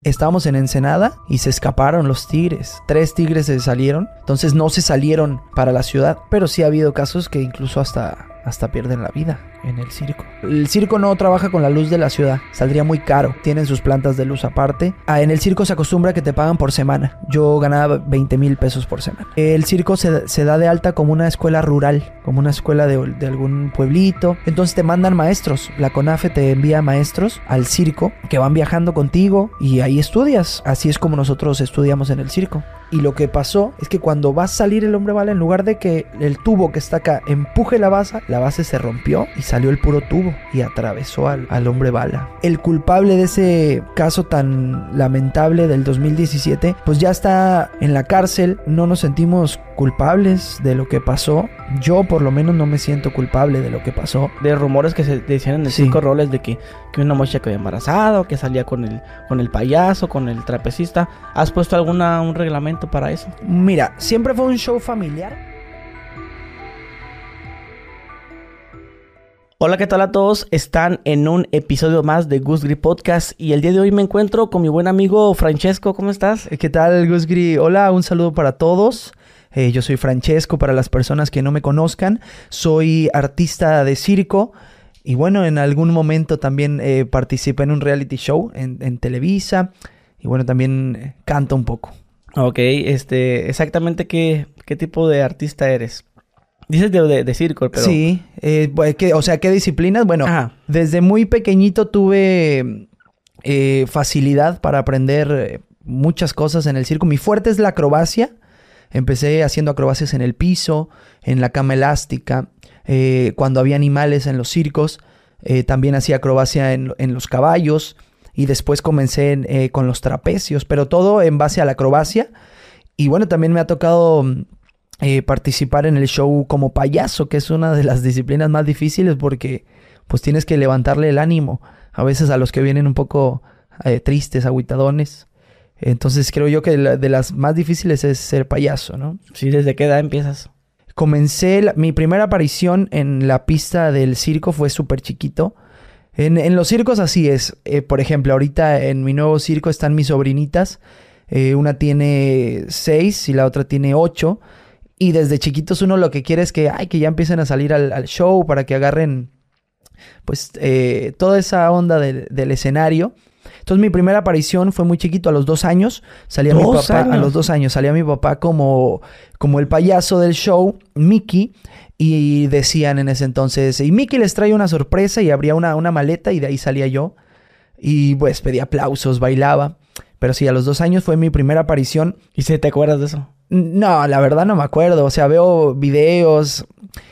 Estábamos en Ensenada y se escaparon los tigres. 3 tigres se salieron. Entonces no se salieron para la ciudad. Pero sí ha habido casos que incluso hasta pierden la vida en el circo. El circo no trabaja con la luz de la ciudad. Saldría muy caro. Tienen sus plantas de luz aparte. En el circo se acostumbra que te pagan por semana. Yo ganaba 20,000 pesos por semana. El circo se da de alta como una escuela rural, como una escuela de algún pueblito. Entonces te mandan maestros. La CONAFE te envía maestros al circo que van viajando contigo y ahí estudias. Así es como nosotros estudiamos en el circo. Y lo que pasó es que cuando va a salir el hombre bala, en lugar de que el tubo que está acá empuje la base se rompió y salió el puro tubo y atravesó al hombre bala. El culpable de ese caso tan lamentable del 2017, pues ya está en la cárcel. No nos sentimos culpables de lo que pasó. Yo por lo menos no me siento culpable de lo que pasó. De rumores que se decían en el circo Robles de que una muchacha quedó embarazada, o que salía con el payaso, con el trapecista. ¿Has puesto un reglamento para eso? Mira, siempre fue un show familiar. Hola, ¿qué tal a todos? Están en un episodio más de Gus Gris Podcast y el día de hoy me encuentro con mi buen amigo Francesco. ¿Cómo estás? ¿Qué tal, Gus Gris? Hola, un saludo para todos. Yo soy Francesco, para las personas que no me conozcan. Soy artista de circo y bueno, en algún momento también participé en un reality show en Televisa y bueno, también canto un poco. Ok, exactamente ¿qué tipo de artista eres? Dices de circo, pero... Sí, ¿qué disciplinas? Bueno, desde muy pequeñito tuve facilidad para aprender muchas cosas en el circo. Mi fuerte es la acrobacia. Empecé haciendo acrobacias en el piso, en la cama elástica. Cuando había animales en los circos, también hacía acrobacia en los caballos. Y después comencé con los trapecios, pero todo en base a la acrobacia. Y bueno, también me ha tocado... participar en el show como payaso, que es una de las disciplinas más difíciles porque pues tienes que levantarle el ánimo a veces a los que vienen un poco tristes, agüitadones. Entonces creo yo que de las más difíciles es ser payaso, ¿no? Sí, ¿desde qué edad empiezas? Comencé, mi primera aparición en la pista del circo fue súper chiquito. En los circos así es. Por ejemplo, ahorita en mi nuevo circo están mis sobrinitas. Una tiene 6 y la otra tiene 8. Y desde chiquitos uno lo que quiere es que ya empiecen a salir al show para que agarren pues toda esa onda del escenario. Entonces mi primera aparición fue muy chiquito, a los 2 años. Salía mi papá, a los 2 años, salía mi papá como el payaso del show, Mickey. Y decían en ese entonces, y Mickey les trae una sorpresa, y abría una maleta y de ahí salía yo. Y pues pedía aplausos, bailaba. Pero sí, a los 2 años fue mi primera aparición. ¿Y si te acuerdas de eso? No, la verdad no me acuerdo. O sea, veo videos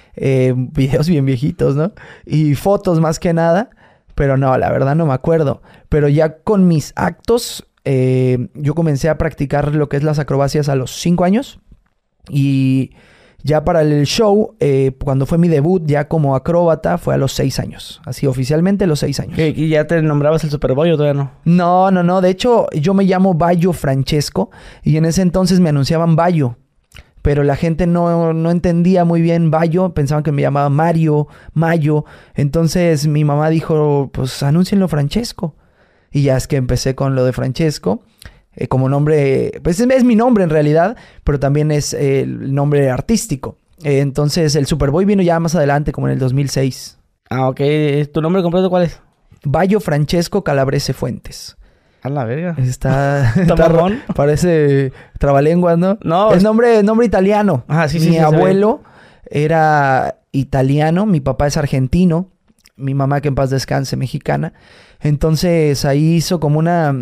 bien viejitos, ¿no? Y fotos más que nada. Pero no, la verdad no me acuerdo. Pero ya con mis actos, yo comencé a practicar lo que es las acrobacias a los 5 años. Y ya para el show, cuando fue mi debut ya como acróbata, fue a los 6 años. Así oficialmente a los 6 años. ¿Y ya te nombrabas el Superboy o todavía no? No. De hecho, yo me llamo Bayo Francesco. Y en ese entonces me anunciaban Bayo. Pero la gente no entendía muy bien Bayo. Pensaban que me llamaba Mario, Mayo. Entonces mi mamá dijo, pues anúncienlo Francesco. Y ya es que empecé con lo de Francesco. Como nombre, pues es mi nombre en realidad, pero también es el nombre artístico. Entonces el Superboy vino ya más adelante, como en el 2006. Ah, ok. ¿Tu nombre completo cuál es? Bayo Francesco Calabrese Fuentes. A la verga. Está ¿Tamarrón? Parece trabalenguas, ¿no? No. Es nombre italiano. Ajá, sí. Mi abuelo era italiano, mi papá es argentino, mi mamá, que en paz descanse, mexicana. Entonces ahí hizo como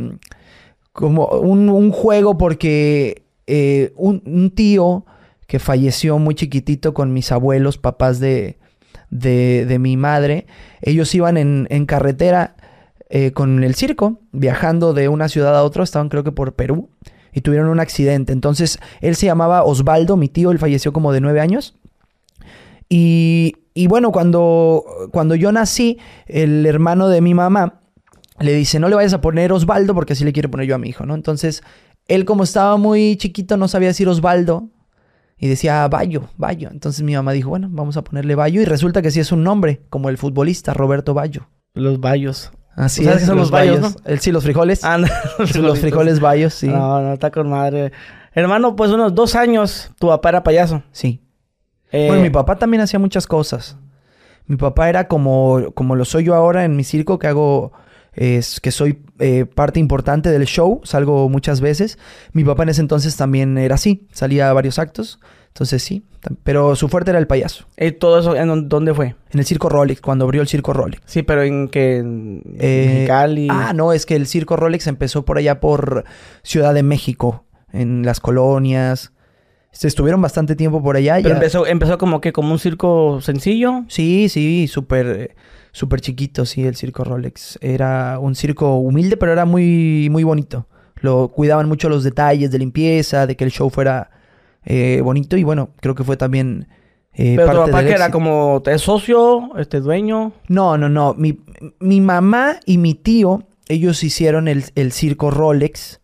un juego porque un tío que falleció muy chiquitito con mis abuelos, papás de mi madre, ellos iban en carretera con el circo, viajando de una ciudad a otra, estaban creo que por Perú, y tuvieron un accidente. Entonces él se llamaba Osvaldo, mi tío, él falleció como de 9 años. Y bueno, cuando yo nací, el hermano de mi mamá le dice, no le vayas a poner Osvaldo porque así le quiero poner yo a mi hijo, ¿no? Entonces, él como estaba muy chiquito no sabía decir Osvaldo y decía Bayo. Entonces mi mamá dijo, bueno, vamos a ponerle Bayo y resulta que sí es un nombre, como el futbolista Roberto Bayo. Los Bayos. Así ¿Sabes es, qué son los bayos, no? Sí, los frijoles. Anda, Los frijoles bayos, sí. No, está con madre. Hermano, pues unos 2 años tu papá era payaso. Sí. Bueno, mi papá también hacía muchas cosas. Mi papá era como lo soy yo ahora en mi circo, que hago... que soy parte importante del show, salgo muchas veces. Mi papá en ese entonces también era así, salía a varios actos. Entonces sí, pero su fuerte era el payaso. ¿Todo eso dónde fue? En el Circo Rolex, cuando abrió el Circo Rolex. Sí, pero ¿en qué? ¿En Mexicali? No, es que el Circo Rolex empezó por allá por Ciudad de México, en las colonias. Estuvieron bastante tiempo por allá. Pero ya... empezó como un circo sencillo. Sí, súper chiquito, sí, el Circo Rolex. Era un circo humilde, pero era muy, muy bonito. Lo cuidaban mucho los detalles de limpieza, de que el show fuera bonito. Y bueno, creo que fue también pero parte tu papá del que era éxito. como socio, dueño. No. Mi mamá y mi tío, ellos hicieron el Circo Rolex.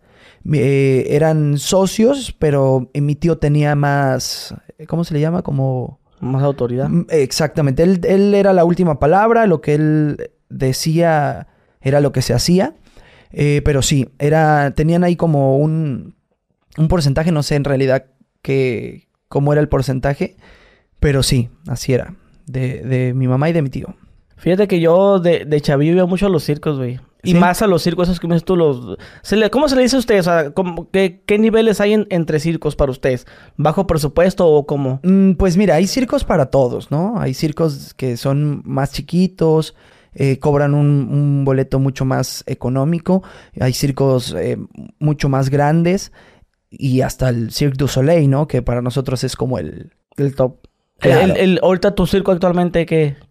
Eran socios, pero mi tío tenía más... ¿Cómo se le llama? Como... Más autoridad. Exactamente. Él era la última palabra. Lo que él decía era lo que se hacía. Pero sí, tenían ahí como un porcentaje. No sé en realidad cómo era el porcentaje. Pero sí, así era. De mi mamá y de mi tío. Fíjate que yo de chavillo iba mucho a los circos, güey. Y ¿Sí? más a los circos, esos que me dices tú, ¿cómo se le dice a ustedes? O sea, ¿qué niveles hay entre circos para ustedes? ¿Bajo presupuesto o cómo? Pues mira, hay circos para todos, ¿no? Hay circos que son más chiquitos, cobran un boleto mucho más económico. Hay circos mucho más grandes y hasta el Cirque du Soleil, ¿no? Que para nosotros es como el top. Claro. Ahorita tu circo actualmente,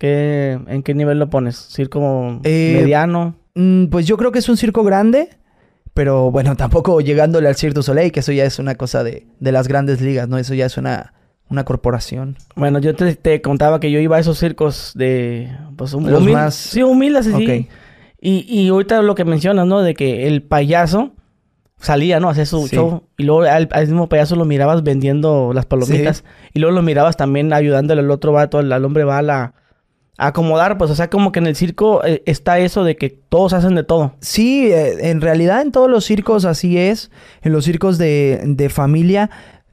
¿en qué nivel lo pones? ¿Circo mediano? Pues yo creo que es un circo grande, pero bueno, tampoco llegándole al Cirque du Soleil, que eso ya es una cosa de las grandes ligas, ¿no? Eso ya es una corporación. Bueno, yo te contaba que yo iba a esos circos de... Pues, los más... Sí, humildes, sí. Okay. Y ahorita lo que mencionas, ¿no? De que el payaso salía, ¿no? Hacía su show. Y luego al mismo payaso lo mirabas vendiendo las palomitas. Sí. Y luego lo mirabas también ayudándole al otro vato, al hombre va a acomodar, pues, o sea, como que en el circo está eso de que todos hacen de todo. Sí, en realidad en todos los circos así es. En los circos de familia,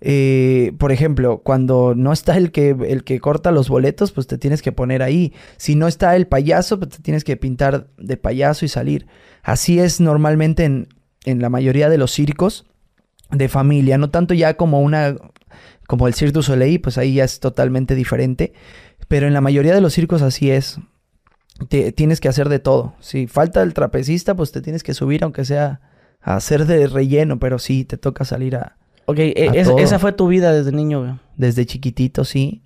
por ejemplo, cuando no está el que corta los boletos, pues te tienes que poner ahí. Si no está el payaso, pues te tienes que pintar de payaso y salir. Así es normalmente en la mayoría de los circos de familia. No tanto ya como el Cirque du Soleil, pues ahí ya es totalmente diferente. Pero en la mayoría de los circos así es. Tienes que hacer de todo. Si falta el trapecista, pues te tienes que subir, aunque sea a hacer de relleno. Pero sí, te toca salir a esa fue tu vida desde niño, güey. Desde chiquitito, sí.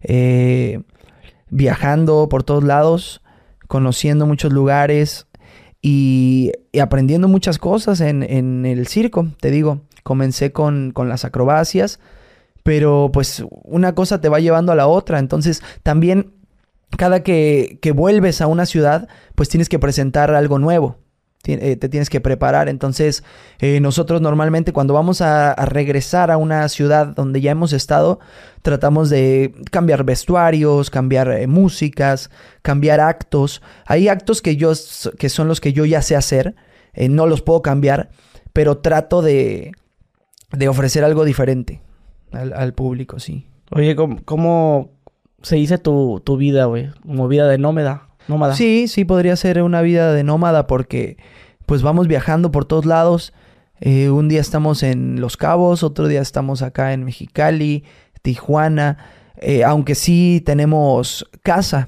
Viajando por todos lados, conociendo muchos lugares y aprendiendo muchas cosas en el circo. Te digo, comencé con las acrobacias. Pero pues una cosa te va llevando a la otra. Entonces también cada que vuelves a una ciudad, pues tienes que presentar algo nuevo. Te tienes que preparar. Entonces nosotros normalmente cuando vamos a regresar a una ciudad donde ya hemos estado, tratamos de cambiar vestuarios, cambiar músicas, cambiar actos. Hay actos que son los que yo ya sé hacer. No los puedo cambiar, pero trato de ofrecer algo diferente. Al público, sí. Oye, ¿cómo se dice tu vida, güey? Como vida de nómada. Sí, podría ser una vida de nómada porque pues vamos viajando por todos lados. Un día estamos en Los Cabos, otro día estamos acá en Mexicali, Tijuana. Aunque sí tenemos casa.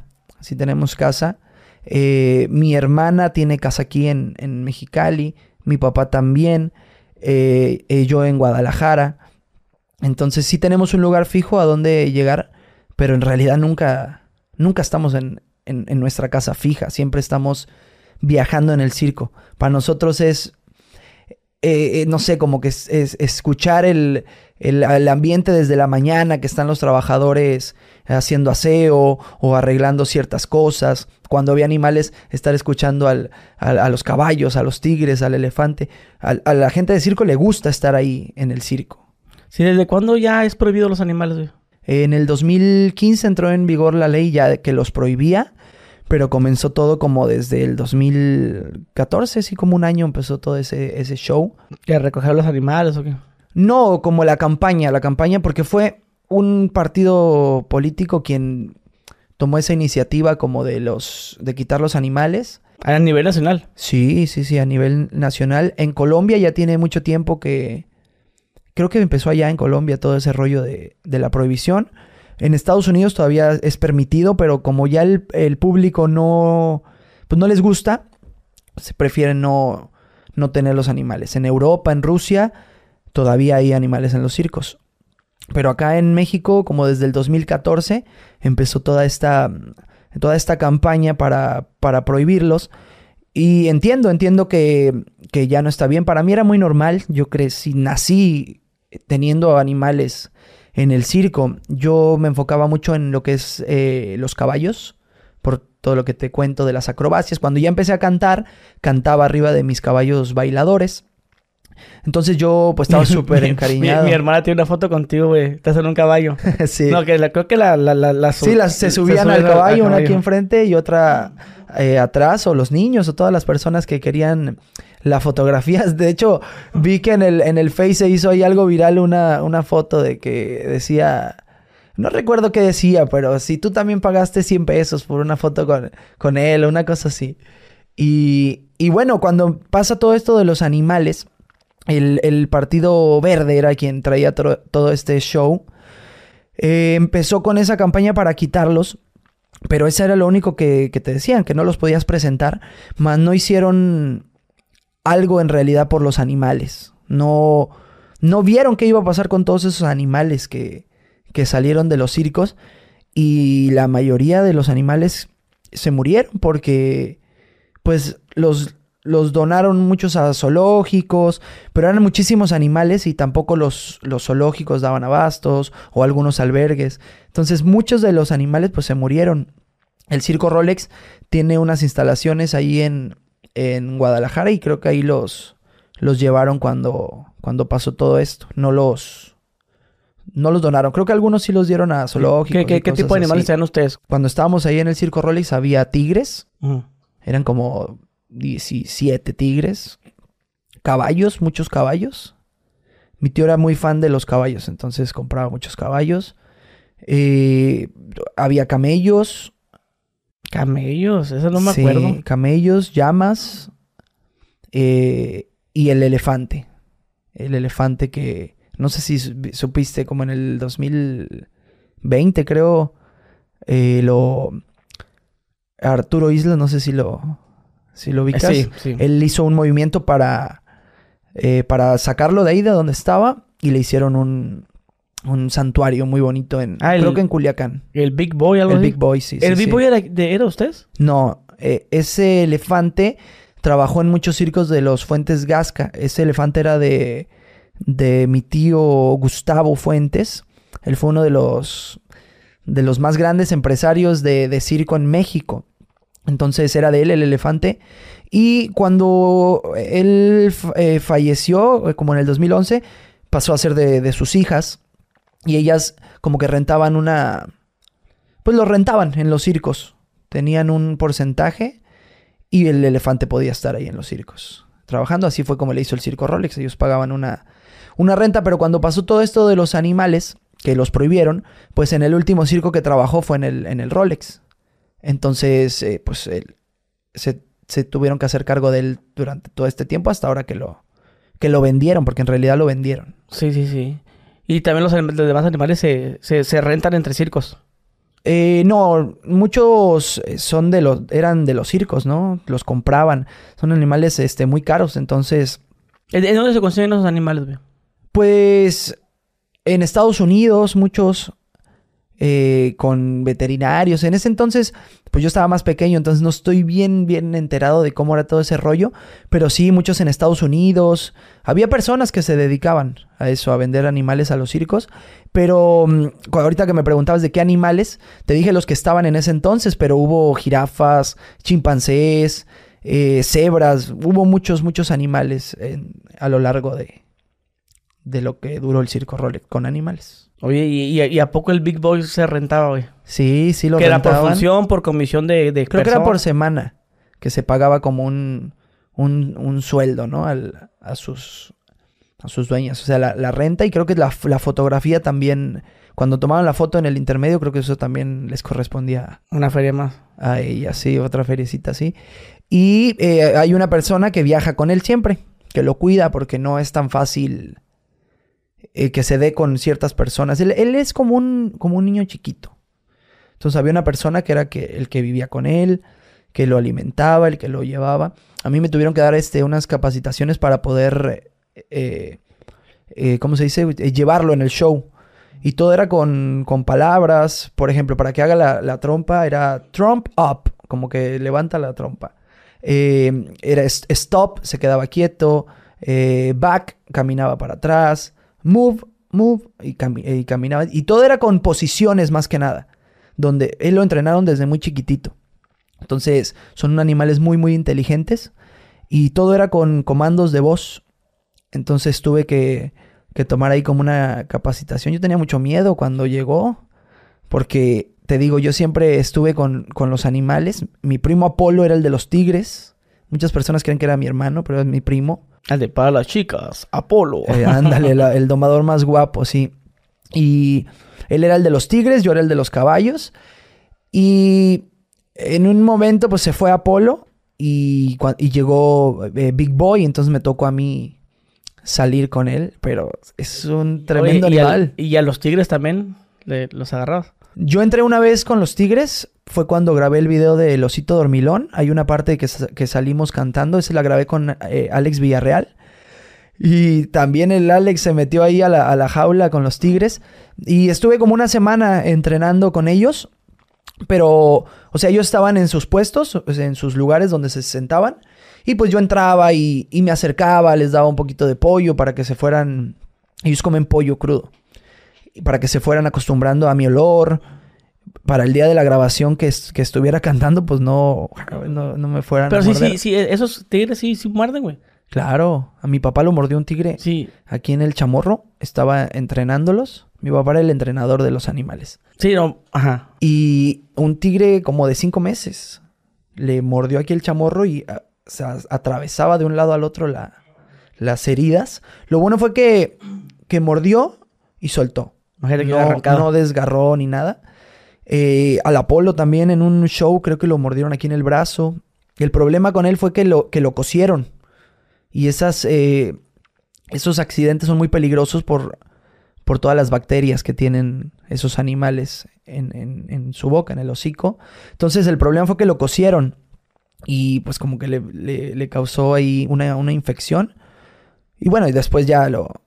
Mi hermana tiene casa aquí en Mexicali. Mi papá también. Yo en Guadalajara. Entonces sí tenemos un lugar fijo a donde llegar, pero en realidad nunca estamos en nuestra casa fija. Siempre estamos viajando en el circo. Para nosotros es, no sé, como que es escuchar el ambiente desde la mañana, que están los trabajadores haciendo aseo o arreglando ciertas cosas. Cuando ve animales, estar escuchando a los caballos, a los tigres, al elefante. A la gente de circo le gusta estar ahí en el circo. Sí, ¿desde cuándo ya es prohibido los animales, güey? En el 2015 entró en vigor la ley ya que los prohibía, pero comenzó todo como desde el 2014, sí, como un año empezó todo ese show. ¿Que recoger los animales o qué? No, como la campaña porque fue un partido político quien tomó esa iniciativa como de quitar los animales. ¿A nivel nacional? Sí, a nivel nacional. En Colombia ya tiene mucho tiempo creo que empezó allá en Colombia todo ese rollo de la prohibición. En Estados Unidos todavía es permitido, pero como ya el público pues no les gusta, se prefieren no tener los animales. En Europa, en Rusia, todavía hay animales en los circos. Pero acá en México, como desde el 2014, empezó toda esta campaña para prohibirlos. Y entiendo que ya no está bien. Para mí era muy normal. Yo nací teniendo animales en el circo. Yo me enfocaba mucho en lo que es los caballos, por todo lo que te cuento de las acrobacias. Cuando ya empecé a cantar, cantaba arriba de mis caballos bailadores. Entonces yo pues estaba súper encariñado. Mi hermana tiene una foto contigo, güey. Estás en un caballo. Sí. No, creo que se subían al caballo, una aquí enfrente y otra atrás, o los niños, o todas las personas que querían las fotografías. De hecho, vi que en el Face se hizo ahí algo viral, una foto de que decía... No recuerdo qué decía, pero si tú también pagaste 100 pesos por una foto con él, o una cosa así. Y bueno, cuando pasa todo esto de los animales... El Partido Verde era quien traía todo este show. Empezó con esa campaña para quitarlos, pero eso era lo único que te decían, que no los podías presentar, más no hicieron algo en realidad por los animales. No vieron qué iba a pasar con todos esos animales que salieron de los circos, y la mayoría de los animales se murieron porque pues los donaron muchos a zoológicos, pero eran muchísimos animales y tampoco los zoológicos daban abastos, o algunos albergues. Entonces muchos de los animales pues se murieron. El Circo Rolex tiene unas instalaciones ahí en Guadalajara, y creo que ahí los llevaron cuando pasó todo esto. No los donaron. Creo que algunos sí los dieron a zoológicos. ¿Qué tipo de animales tenían ustedes? Cuando estábamos ahí en el Circo Rolex había tigres. Eran como 17 tigres, caballos, muchos caballos. Mi tío era muy fan de los caballos, entonces compraba muchos caballos. Había camellos. ¿Camellos? Eso no me acuerdo. Sí, camellos, llamas, y el elefante. El elefante que, no sé si supiste, como en el 2020 creo, Arturo Islas, no sé si lo ubicas. Sí. Él hizo un movimiento para sacarlo de ahí, de donde estaba, y le hicieron un santuario muy bonito creo que en Culiacán. ¿El Big Boy algo así? El Big Boy, sí. ¿El Big Boy era ustedes? No, ese elefante trabajó en muchos circos de los Fuentes Gasca. Ese elefante era de mi tío Gustavo Fuentes. Él fue uno de los más grandes empresarios de circo en México. Entonces era de él el elefante. Y cuando él falleció, como en el 2011, pasó a ser de sus hijas. Y ellas como que rentaban pues lo rentaban en los circos. Tenían un porcentaje y el elefante podía estar ahí en los circos trabajando. Así fue como le hizo el Circo Rolex. Ellos pagaban una renta, pero cuando pasó todo esto de los animales, que los prohibieron, pues en el último circo que trabajó fue en el Rolex. Entonces, pues se tuvieron que hacer cargo de él durante todo este tiempo, hasta ahora que lo vendieron, porque en realidad lo vendieron. Sí. Y también los demás animales se rentan entre circos. No, muchos eran de los circos, ¿no? Los compraban. Son animales muy caros, entonces... ¿En dónde se consiguen esos animales, güey? Pues en Estados Unidos, muchos... con veterinarios. En ese entonces, pues yo estaba más pequeño, entonces no estoy bien enterado de cómo era todo ese rollo, pero sí, muchos en Estados Unidos. Había personas que se dedicaban a eso, a vender animales a los circos, pero ahorita que me preguntabas de qué animales, te dije los que estaban en ese entonces, pero hubo jirafas, chimpancés, cebras, hubo muchos animales a lo largo de lo que duró el circo Rolex con animales. Oye, ¿y a poco el Big Boy se rentaba, güey? Sí, lo que rentaban. ¿Era por función, por comisión de Creo persona? que era por semana, que se pagaba como un sueldo, ¿no? A sus dueñas. O sea, la renta, y creo que la fotografía también, cuando tomaban la foto en el intermedio, creo que eso también les correspondía. Una feria más. A ella, sí, otra feriecita, sí. Y hay una persona que viaja con él siempre, que lo cuida porque no es tan fácil que se dé con ciertas personas. Él es como un niño chiquito. Entonces había una persona que era el que vivía con él, que lo alimentaba, el que lo llevaba. A mí me tuvieron que dar unas capacitaciones para poder, ¿cómo se dice? Llevarlo en el show. Y todo era con palabras. Por ejemplo, para que haga la trompa era trump up, como que levanta la trompa. Era stop, se quedaba quieto. Back, caminaba para atrás. Move, y caminaba. Y todo era con posiciones más que nada, donde él lo entrenaron desde muy chiquitito. Entonces, son animales muy, muy inteligentes. Y todo era con comandos de voz. Entonces, tuve que tomar ahí como una capacitación. Yo tenía mucho miedo cuando llegó. Porque, te digo, yo siempre estuve con los animales. Mi primo Apolo era el de los tigres. Muchas personas creen que era mi hermano, pero es mi primo. El de para las chicas, Apolo. Ándale, el domador más guapo, sí. Y él era el de los tigres, yo era el de los caballos. Y en un momento pues se fue Apolo y llegó Big Boy, entonces me tocó a mí salir con él, pero es un tremendo animal. ¿Y a los tigres también los agarrabas? Yo entré una vez con los tigres, fue cuando grabé el video del Osito Dormilón. Hay una parte que salimos cantando, esa la grabé con Alex Villarreal. Y también el Alex se metió ahí a la jaula con los tigres. Y estuve como una semana entrenando con ellos. Pero, o sea, ellos estaban en sus puestos, o sea, en sus lugares donde se sentaban. Y pues yo entraba y me acercaba, les daba un poquito de pollo para que se fueran... Ellos comen pollo crudo. Para que se fueran acostumbrando a mi olor. Para el día de la grabación que estuviera cantando, pues no me fueran a morder. Pero sí, esos tigres sí muerden, güey. Claro, a mi papá lo mordió un tigre. Sí. Aquí en el Chamorro, estaba entrenándolos. Mi papá era el entrenador de los animales. Sí, no, ajá. Y un tigre como de 5 meses le mordió aquí el Chamorro y se atravesaba de un lado al otro las heridas. Lo bueno fue que mordió y soltó. No desgarró ni nada. Al Apolo también en un show creo que lo mordieron aquí en el brazo. El problema con él fue que lo cosieron. Y esos accidentes son muy peligrosos por todas las bacterias que tienen esos animales en su boca, en el hocico. Entonces el problema fue que lo cosieron. Y pues como que le causó ahí una infección. Y bueno, y después ya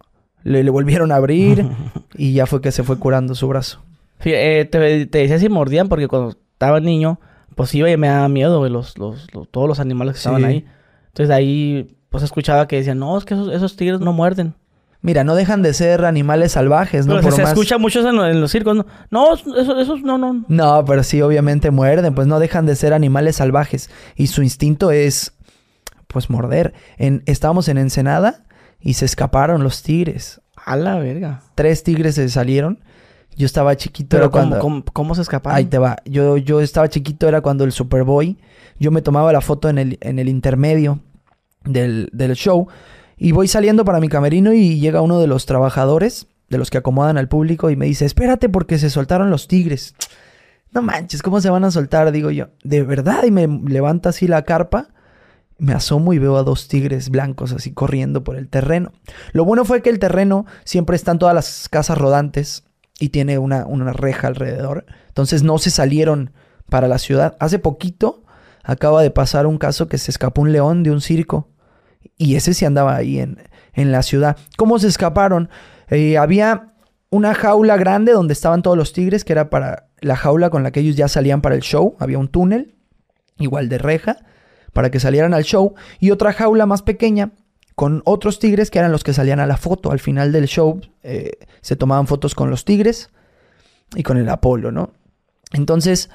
le volvieron a abrir y ya fue que se fue curando su brazo. Sí, te decía si mordían porque cuando estaba niño, pues iba y me daba miedo, güey, todos los animales que estaban ahí. Entonces ahí, pues escuchaba que decían, no, es que esos tigres no muerden. Mira, no dejan de ser animales salvajes, ¿no? Pero se escucha mucho en los circos, ¿no? No, esos no. No, pero sí, obviamente muerden, pues no dejan de ser animales salvajes. Y su instinto es, pues, morder. Estábamos en Ensenada y se escaparon los tigres. A la verga. 3 tigres se salieron. Yo estaba chiquito. ¿Pero cómo se escaparon? Ahí te va. Yo estaba chiquito, era cuando el Superboy. Yo me tomaba la foto en el intermedio del show. Y voy saliendo para mi camerino y llega uno de los trabajadores, de los que acomodan al público, y me dice, espérate porque se soltaron los tigres. No manches, ¿cómo se van a soltar? Digo yo, ¿de verdad? Y me levanta así la carpa. Me asomo y veo a 2 tigres blancos así corriendo por el terreno. Lo bueno fue que el terreno siempre están todas las casas rodantes y tiene una reja alrededor. Entonces no se salieron para la ciudad. Hace poquito acaba de pasar un caso que se escapó un león de un circo. Y ese sí andaba ahí en la ciudad. ¿Cómo se escaparon? Había una jaula grande donde estaban todos los tigres, que era para la jaula con la que ellos ya salían para el show. Había un túnel, igual de reja, para que salieran al show. Y otra jaula más pequeña con otros tigres que eran los que salían a la foto. Al final del show se tomaban fotos con los tigres y con el Apolo, ¿no? Entonces,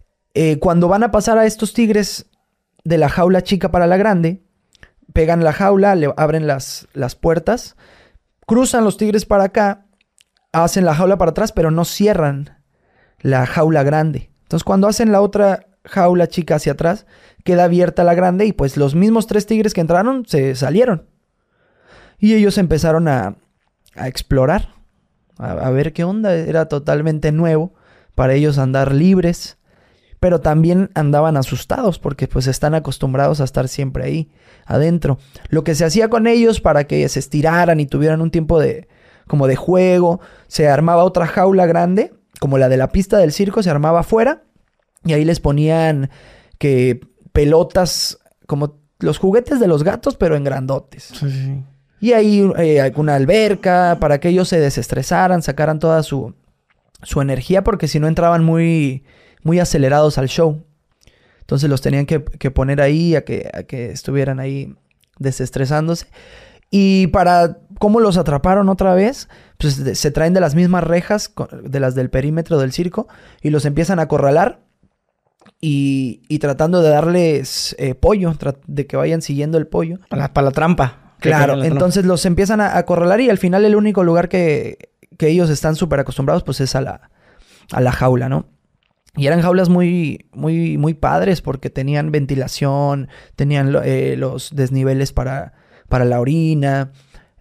cuando van a pasar a estos tigres de la jaula chica para la grande, pegan la jaula, le abren las puertas Cruzan los tigres para acá, hacen la jaula para atrás, pero no cierran la jaula grande. Entonces, cuando hacen la otra jaula chica hacia atrás, queda abierta la grande y pues los mismos 3 tigres que entraron se salieron. Y ellos empezaron a explorar, a ver qué onda. Era totalmente nuevo para ellos andar libres, pero también andaban asustados porque pues están acostumbrados a estar siempre ahí adentro. Lo que se hacía con ellos para que se estiraran y tuvieran un tiempo como de juego, se armaba otra jaula grande, como la de la pista del circo, se armaba afuera y ahí les ponían que pelotas, como los juguetes de los gatos, pero en grandotes. Sí. Y ahí alguna alberca para que ellos se desestresaran, sacaran toda su energía, porque si no entraban muy, muy acelerados al show. Entonces los tenían que poner ahí a que estuvieran ahí desestresándose. Y para cómo los atraparon otra vez, pues se traen de las mismas rejas, de las del perímetro del circo, y los empiezan a acorralar y tratando de darles pollo, de que vayan siguiendo el pollo. Para la trampa. Claro, entonces los empiezan a acorralar y al final el único lugar que ellos están súper acostumbrados pues es a la jaula, ¿no? Y eran jaulas muy, muy, muy padres porque tenían ventilación, tenían los desniveles para la orina,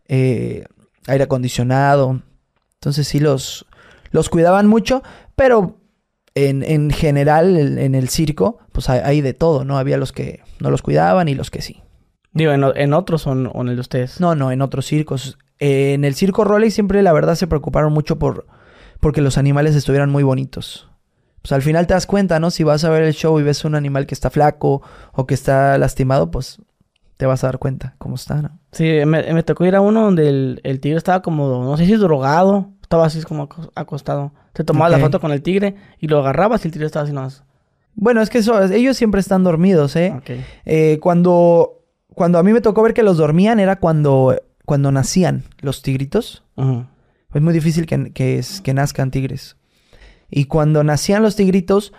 aire acondicionado. Entonces sí los cuidaban mucho, pero en general en el circo pues hay de todo, ¿no? Había los que no los cuidaban y los que sí. Digo, ¿en otros o en el de ustedes? No, en otros circos. En el circo Raleigh siempre, la verdad, se preocuparon mucho porque los animales estuvieran muy bonitos. Pues al final te das cuenta, ¿no? Si vas a ver el show y ves un animal que está flaco o que está lastimado, pues te vas a dar cuenta cómo está, ¿no? Sí, me tocó ir a uno donde el tigre estaba como, no sé si drogado, estaba así como acostado. Te tomabas la foto con el tigre y lo agarrabas y el tigre estaba así nomás. Bueno, es que ellos siempre están dormidos, ¿eh? Okay. Cuando a mí me tocó ver que los dormían era cuando nacían los tigritos. Uh-huh. Es muy difícil que nazcan tigres. Y cuando nacían los tigritos,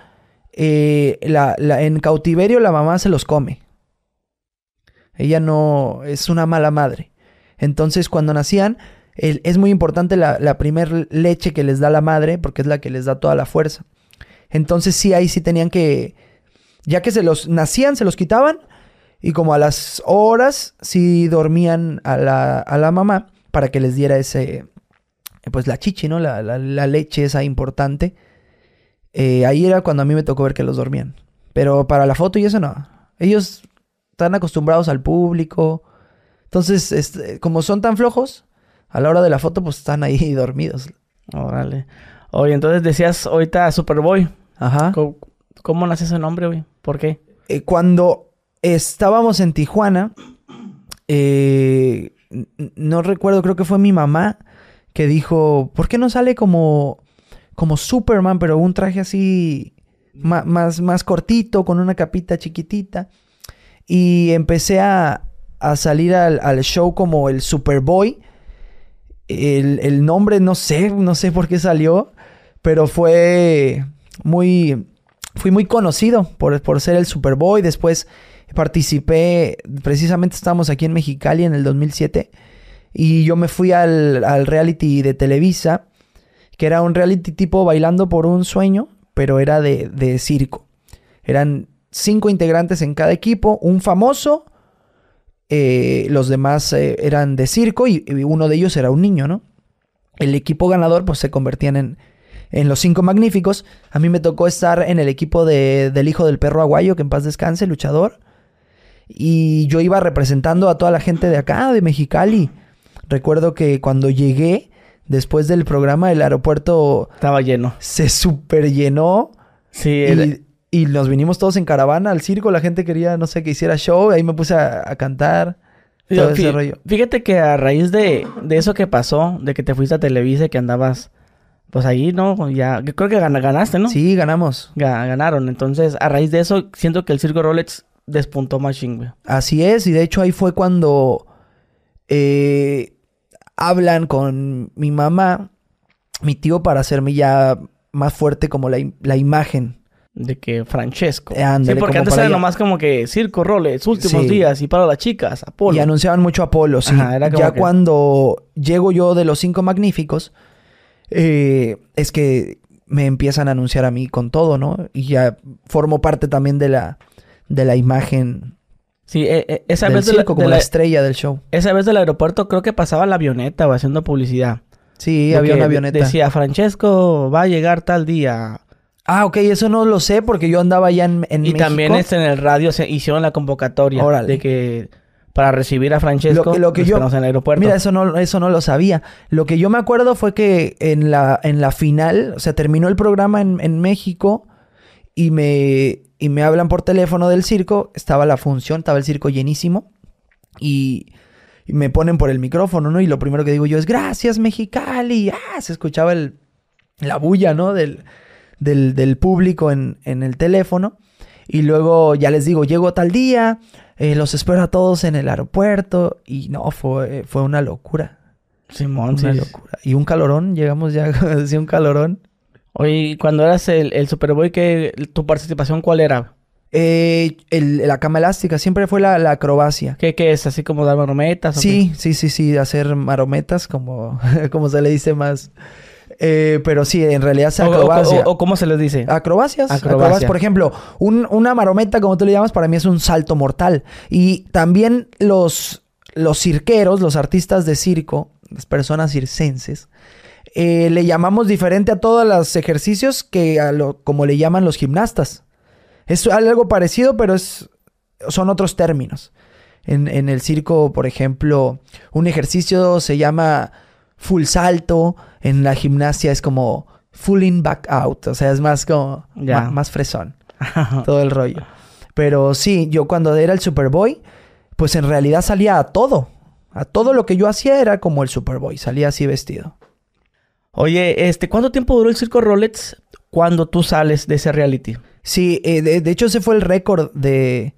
en cautiverio la mamá se los come. Ella no es una mala madre. Entonces cuando nacían, es muy importante la primer leche que les da la madre, porque es la que les da toda la fuerza. Entonces sí, ahí sí tenían que, ya que nacían, se los quitaban. Y como a las horas sí dormían a la mamá para que les diera pues la chichi, ¿no? La leche esa importante. Ahí era cuando a mí me tocó ver que los dormían. Pero para la foto y eso no. Ellos están acostumbrados al público. Entonces, como son tan flojos, a la hora de la foto pues están ahí dormidos. Órale. Oye, entonces decías ahorita Superboy. Ajá. ¿Cómo nace ese nombre, güey? ¿Por qué? Cuando estábamos en Tijuana, no recuerdo, creo que fue mi mamá que dijo, ¿por qué no sale como Superman, pero un traje así más cortito, con una capita chiquitita? Y empecé a salir al show como el Superboy. El nombre no sé por qué salió, pero fui muy conocido por ser el Superboy. Después participé, precisamente estábamos aquí en Mexicali en el 2007 y yo me fui al reality de Televisa, que era un reality tipo Bailando por un Sueño, pero era de circo. Eran 5 integrantes en cada equipo, un famoso, los demás eran de circo y uno de ellos era un niño, ¿no? El equipo ganador pues se convertían en los 5 magníficos. A mí me tocó estar en el equipo del hijo del perro aguayo, que en paz descanse, luchador. Y yo iba representando a toda la gente de acá, de Mexicali. Recuerdo que cuando llegué, después del programa, el aeropuerto estaba lleno. Se súper llenó. Sí. Y nos vinimos todos en caravana al circo. La gente quería, no sé, que hiciera show. Ahí me puse a cantar. Todo ese rollo. Fíjate que a raíz de eso que pasó, de que te fuiste a Televisa y que andabas... Pues ahí, ¿no? Ya... Creo que ganaste, ¿no? Sí, ganamos. Ganaron. Entonces, a raíz de eso, siento que el Circo Rolex despuntó más güey. Así es. Y de hecho, ahí fue cuando... hablan con mi mamá, mi tío, para hacerme ya más fuerte como la imagen De que Francesco. Ándale, sí, porque como antes para era allá. nomás como que Circo, Rolex, últimos Sí. días y para las chicas, Apolo. Y anunciaban mucho Apolo, sí. Ajá, era como Ya que- cuando llego yo de los 5 magníficos, es que me empiezan a anunciar a mí con todo, ¿no? Y ya formo parte también de la imagen Sí, esa del vez circo, como la estrella del show. esa vez del aeropuerto creo que pasaba la avioneta, güey, haciendo publicidad. Sí, De había que una avioneta. Decía, Francesco va a llegar tal día. Ah, ok, eso no lo sé porque yo andaba ya en Y México. también en el radio se hicieron la convocatoria. Órale. De que para recibir a Francesco, Lo que yo... esperamos en el aeropuerto. Mira, eso no lo sabía. Lo que yo me acuerdo fue que en la final, o sea, terminó el programa en México y me hablan por teléfono del circo. Estaba la función, estaba el circo llenísimo. Y me ponen por el micrófono, ¿no? Y lo primero que digo yo es, gracias, Mexicali. Ah, se escuchaba la bulla, ¿no? Del público en el teléfono. Y luego ya les digo, llego tal día, los espero a todos en el aeropuerto. Y no, fue una locura. Simón, Una sí. locura. Y un calorón, llegamos ya, decía un calorón. Oye, y cuando eras el Superboy, ¿tu participación cuál era? La cama elástica, siempre fue la acrobacia. ¿Qué es? ¿Así como dar marometas? o Sí, hacer marometas, como se le dice más. Pero sí, en realidad es qué? acrobacia. O ¿cómo se les dice? Acrobacias. Acrobacia. Por ejemplo, una marometa, como tú le llamas, para mí es un salto mortal. Y también los cirqueros, los artistas de circo, las personas circenses, le llamamos diferente a todos los ejercicios que como le llaman los gimnastas. Es algo parecido, pero son otros términos. En el circo, por ejemplo, un ejercicio se llama full salto. En la gimnasia es como full in back out. O sea, es más como Ya. más fresón. Todo el rollo. Pero sí, yo cuando era el Superboy, pues en realidad salía a todo. A todo lo que yo hacía era como el Superboy. Salía así vestido. Oye, ¿cuánto tiempo duró el Circo Rolex cuando tú sales de ese reality? Sí, de hecho ese fue el récord de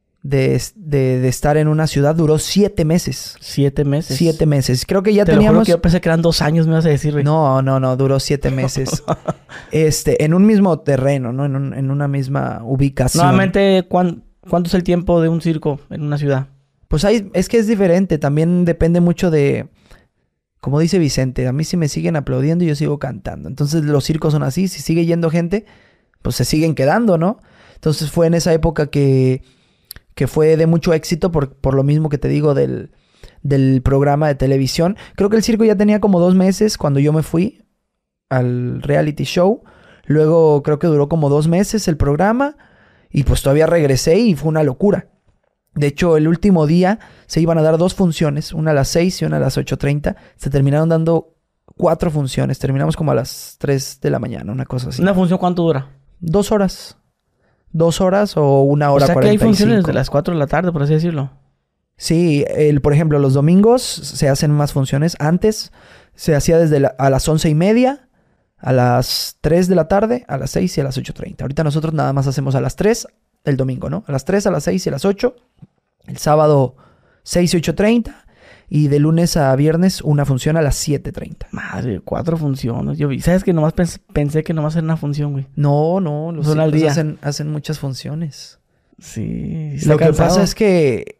estar en una ciudad. Duró 7 meses. 7 meses. 7 meses. Creo que ya Te lo juro teníamos... que yo pensé que eran 2 años, me vas a decir, güey. No, duró 7 meses. En un mismo terreno, ¿no? En una misma ubicación. Nuevamente, ¿cuánto es el tiempo de un circo en una ciudad? Pues es que es diferente. También depende mucho de... Como dice Vicente, a mí si me siguen aplaudiendo yo sigo cantando. Entonces los circos son así. Si sigue yendo gente, pues se siguen quedando, ¿no? Entonces fue en esa época que fue de mucho éxito por lo mismo que te digo del programa de televisión. Creo que el circo ya tenía como 2 meses cuando yo me fui al reality show. Luego creo que duró como 2 meses el programa. Y pues todavía regresé y fue una locura. De hecho, el último día se iban a dar 2 funciones. Una a las 6 y una a las 8:30. Se terminaron dando 4 funciones. Terminamos como a las 3 de la mañana, una cosa así. ¿Una función cuánto dura? 2 horas. 2 horas o 1 hora 45. O sea que hay funciones de las 4 de la tarde, por así decirlo. Sí, por ejemplo, los domingos se hacen más funciones. Antes se hacía desde a las 11:30, a las 3 de la tarde, a las 6 y a las 8:30. Ahorita nosotros nada más hacemos a las 3 el domingo, ¿no? A las 3, a las 6 y a las 8. El sábado 6 y 8:30. Y de lunes a viernes una función a las 7:30. Madre, 4 funciones. Yo vi. ¿Sabes que nomás pensé que nomás era una función, güey? No, los Son al circos día. hacen muchas funciones. Sí. Lo que pasa es que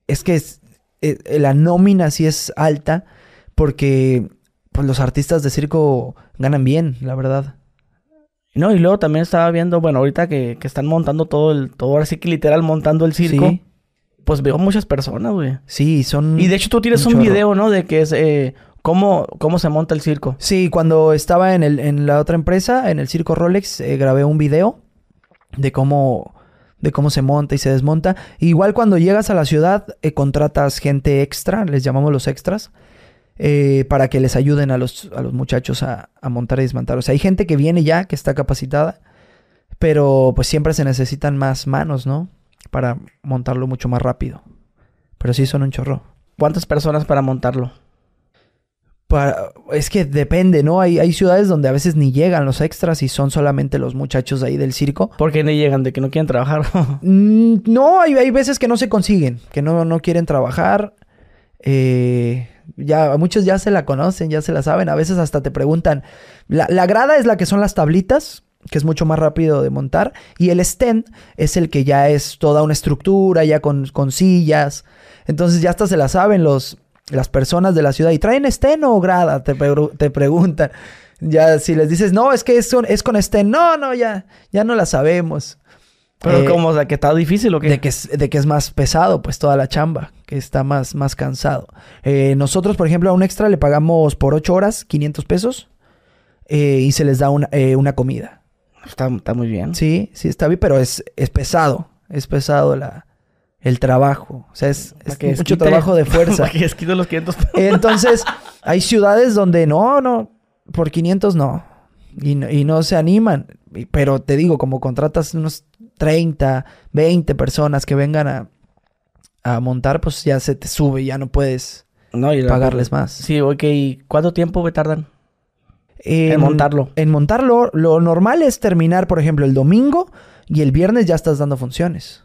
la nómina sí es alta porque pues los artistas de circo ganan bien, la verdad. No, y luego también estaba viendo, bueno, ahorita que están montando todo, ahora sí que literal montando el circo. Sí. Pues veo muchas personas, güey. Sí, son... Y de hecho tú tienes un chorro. video, ¿no? De que es cómo se monta el circo. Sí, cuando estaba en la otra empresa, en el Circo Rolex, grabé un video de cómo se monta y se desmonta. Igual cuando llegas a la ciudad, contratas gente extra, les llamamos los extras, para que les ayuden a los muchachos a montar y desmontar. O sea, hay gente que viene ya, que está capacitada, pero pues siempre se necesitan más manos, ¿no? Para montarlo mucho más rápido. Pero sí son un chorro. ¿Cuántas personas para montarlo? Es que depende, ¿no? Hay ciudades donde a veces ni llegan los extras y son solamente los muchachos ahí del circo. ¿Por qué no llegan? ¿De que no quieren trabajar? No, hay veces que no se consiguen, que no quieren trabajar. Muchos ya se la conocen, ya se la saben. A veces hasta te preguntan. La grada es la que son las tablitas que es mucho más rápido de montar. Y el stand es el que ya es toda una estructura, ya con sillas. Entonces ya hasta se la saben las personas de la ciudad. ¿Y traen stand o grada? Te preguntan. Ya si les dices, no, es que es con stand. No, ya no la sabemos. Pero ¿cómo? O sea, ¿que está difícil o qué? De que es más pesado, pues, toda la chamba. Que está más cansado. Nosotros, por ejemplo, a un extra le pagamos por 8 horas 500 pesos. Y se les da una comida. Está muy bien. Sí, está bien, pero es pesado. Es pesado el trabajo. O sea, es mucho trabajo de fuerza. Para que desquite los 500 pesos. Entonces, hay ciudades donde no, por 500 no. Y no se animan. Pero te digo, como contratas unos 30, 20 personas que vengan a montar, pues ya se te sube, ya no puedes pagarles más. Sí, ok. ¿Y cuánto tiempo me tardan en montarlo? En montarlo, lo normal es terminar, por ejemplo, el domingo y el viernes ya estás dando funciones.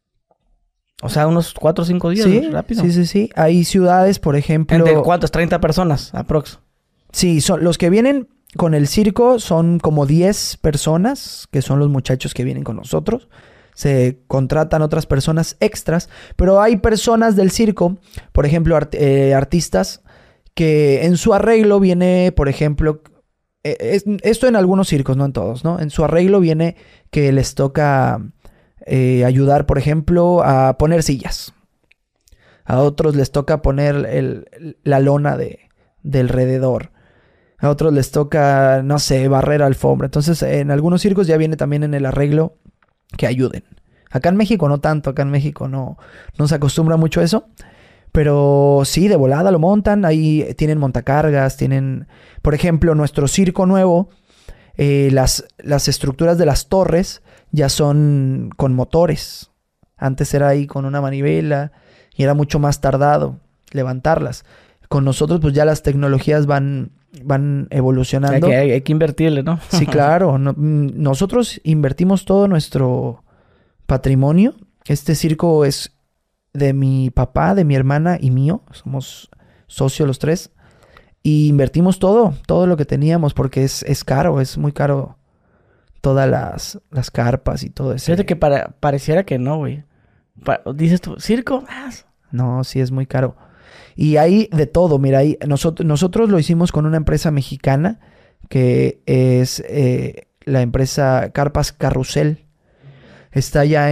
O sea, unos 4 o 5 días, sí, ¿no? Rápido. Sí. Hay ciudades, por ejemplo... ¿De cuántos? 30 personas, aprox. Sí, los que vienen con el circo son como 10 personas, que son los muchachos que vienen con nosotros. Se contratan otras personas extras, pero hay personas del circo, por ejemplo, artistas, que en su arreglo viene, por ejemplo... esto en algunos circos, no en todos, ¿no? En su arreglo viene que les toca... ayudar, por ejemplo, a poner sillas. A otros les toca poner la lona de alrededor. A otros les toca, no sé, barrer alfombra. Entonces, en algunos circos ya viene también en el arreglo que ayuden. Acá en México no tanto. Acá en México no se acostumbra mucho a eso. Pero sí, de volada lo montan. Ahí tienen montacargas, tienen... Por ejemplo, nuestro circo nuevo, las estructuras de las torres ya son con motores. Antes era ahí con una manivela y era mucho más tardado levantarlas. Con nosotros pues ya las tecnologías van evolucionando. Hay que invertirle, ¿no? Sí, claro. Nosotros invertimos todo nuestro patrimonio. Este circo es de mi papá, de mi hermana y mío. Somos socios los tres. Y invertimos todo lo que teníamos porque es caro, es muy caro. Todas las carpas y todo eso. Fíjate que pareciera que no, güey. Dices tú, ¿circo? No, sí es muy caro. Y hay de todo. Mira, nosotros lo hicimos con una empresa mexicana que es la empresa Carpas Carrusel. Está allá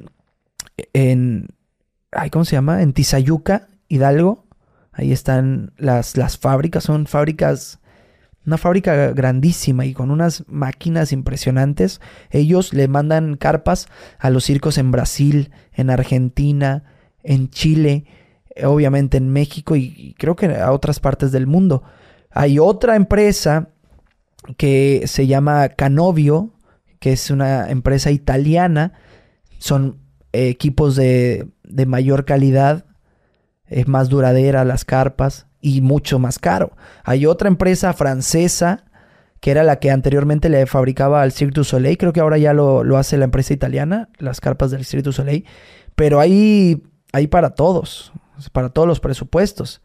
¿cómo se llama? En Tizayuca, Hidalgo. Ahí están las fábricas. Son fábricas... Una fábrica grandísima y con unas máquinas impresionantes. Ellos le mandan carpas a los circos en Brasil, en Argentina, en Chile, obviamente en México y creo que a otras partes del mundo. Hay otra empresa que se llama Canovio, que es una empresa italiana. Son equipos de mayor calidad, es más duradera las carpas. Y mucho más caro. Hay otra empresa francesa que era la que anteriormente le fabricaba al Cirque du Soleil. Creo que ahora ya lo hace la empresa italiana, las carpas del Cirque du Soleil. Pero hay para todos los presupuestos.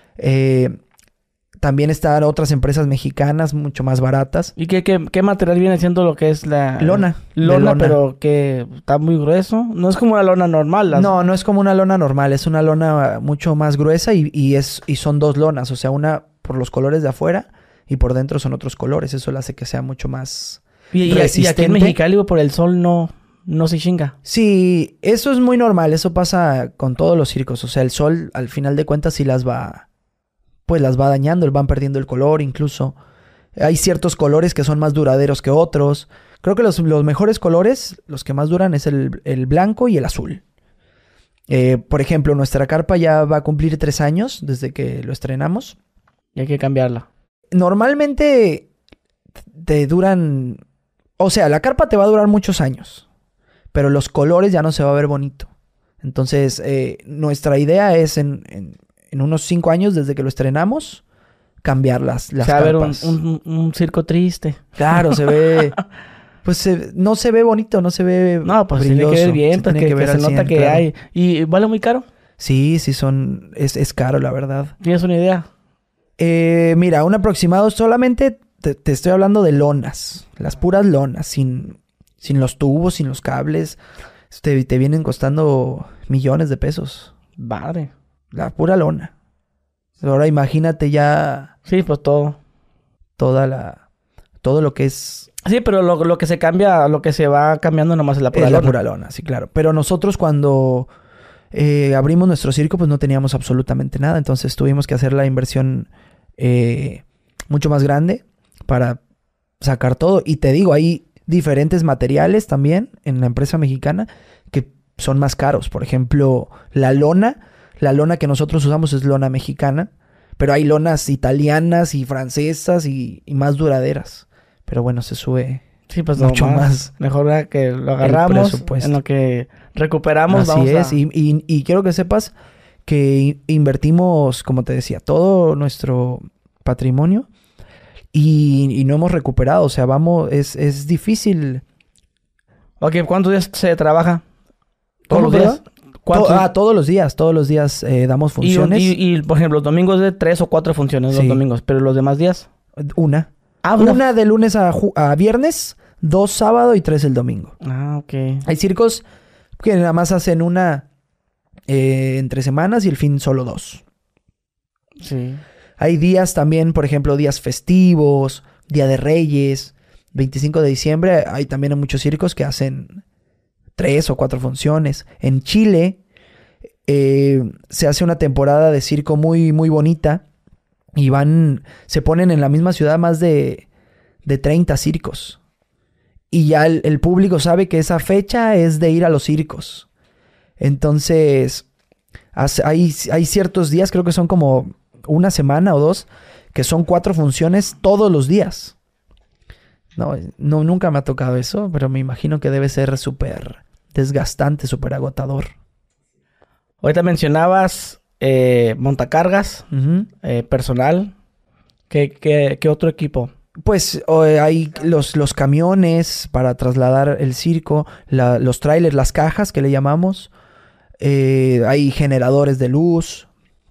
También están otras empresas mexicanas mucho más baratas. ¿Y qué material viene siendo lo que es la... Lona. Lona, pero que está muy grueso. No es como una lona normal. No es como una lona normal. Es una lona mucho más gruesa y son 2 lonas. O sea, una por los colores de afuera y por dentro son otros colores. Eso le hace que sea mucho más resistente. Y aquí en Mexicali por el sol no se chinga. Sí, eso es muy normal. Eso pasa con todos los circos. O sea, el sol al final de cuentas sí las va dañando, van perdiendo el color incluso. Hay ciertos colores que son más duraderos que otros. Creo que los mejores colores, los que más duran es el blanco y el azul. Por ejemplo, nuestra carpa ya va a cumplir 3 años desde que lo estrenamos. Y hay que cambiarla. Normalmente te duran... O sea, la carpa te va a durar muchos años. Pero los colores ya no se va a ver bonito. Entonces, nuestra idea es en unos 5 años desde que lo estrenamos, cambiar las carpas. Va a ver un circo triste. Claro, se ve... Pues no se ve bonito, no se ve pues brilloso. Tiene que ver bien, que se nota que hay. ¿Y vale muy caro? Sí, es caro, la verdad. ¿Tienes una idea? Mira, un aproximado solamente te estoy hablando de lonas. Las puras lonas, sin los tubos, sin los cables. Te vienen costando millones de pesos. Madre. La pura lona. Ahora imagínate ya... Sí, pues todo. Todo lo que es... Sí, pero lo que se cambia, lo que se va cambiando nomás es la pura es lona. la pura lona, sí, claro. Pero nosotros cuando abrimos nuestro circo, pues no teníamos absolutamente nada. Entonces tuvimos que hacer la inversión mucho más grande para sacar todo. Y te digo, hay diferentes materiales también en la empresa mexicana que son más caros. Por ejemplo, la lona que nosotros usamos es lona mexicana, pero hay lonas italianas y francesas y más duraderas. Pero bueno, se sube sí, pues mucho más. Mejor que lo agarramos, en lo que recuperamos. Así es, y quiero que sepas que invertimos, como te decía, todo nuestro patrimonio y no hemos recuperado. O sea, es difícil. Ok, ¿cuántos días se trabaja? ¿Todos los días? Todos los días damos funciones. Y, por ejemplo, los domingos de 3 o 4 funciones los domingos, pero los demás días... Una de lunes a viernes, 2 sábado y 3 el domingo. Ah, ok. Hay circos que nada más hacen una entre semanas y el fin solo 2. Sí. Hay días también, por ejemplo, días festivos, Día de Reyes, 25 de diciembre. Hay también muchos circos que hacen 3 o 4 funciones. En Chile se hace una temporada de circo muy, muy bonita. Y se ponen en la misma ciudad más de 30 circos. Y ya el público sabe que esa fecha es de ir a los circos. Entonces, hay ciertos días, creo que son como una semana o 2, que son 4 funciones todos los días. No, nunca me ha tocado eso, pero me imagino que debe ser súper desgastante, súper agotador. Ahorita mencionabas montacargas, personal. ¿Qué otro equipo? Pues hay los camiones para trasladar el circo, los trailers, las cajas que le llamamos. Hay generadores de luz.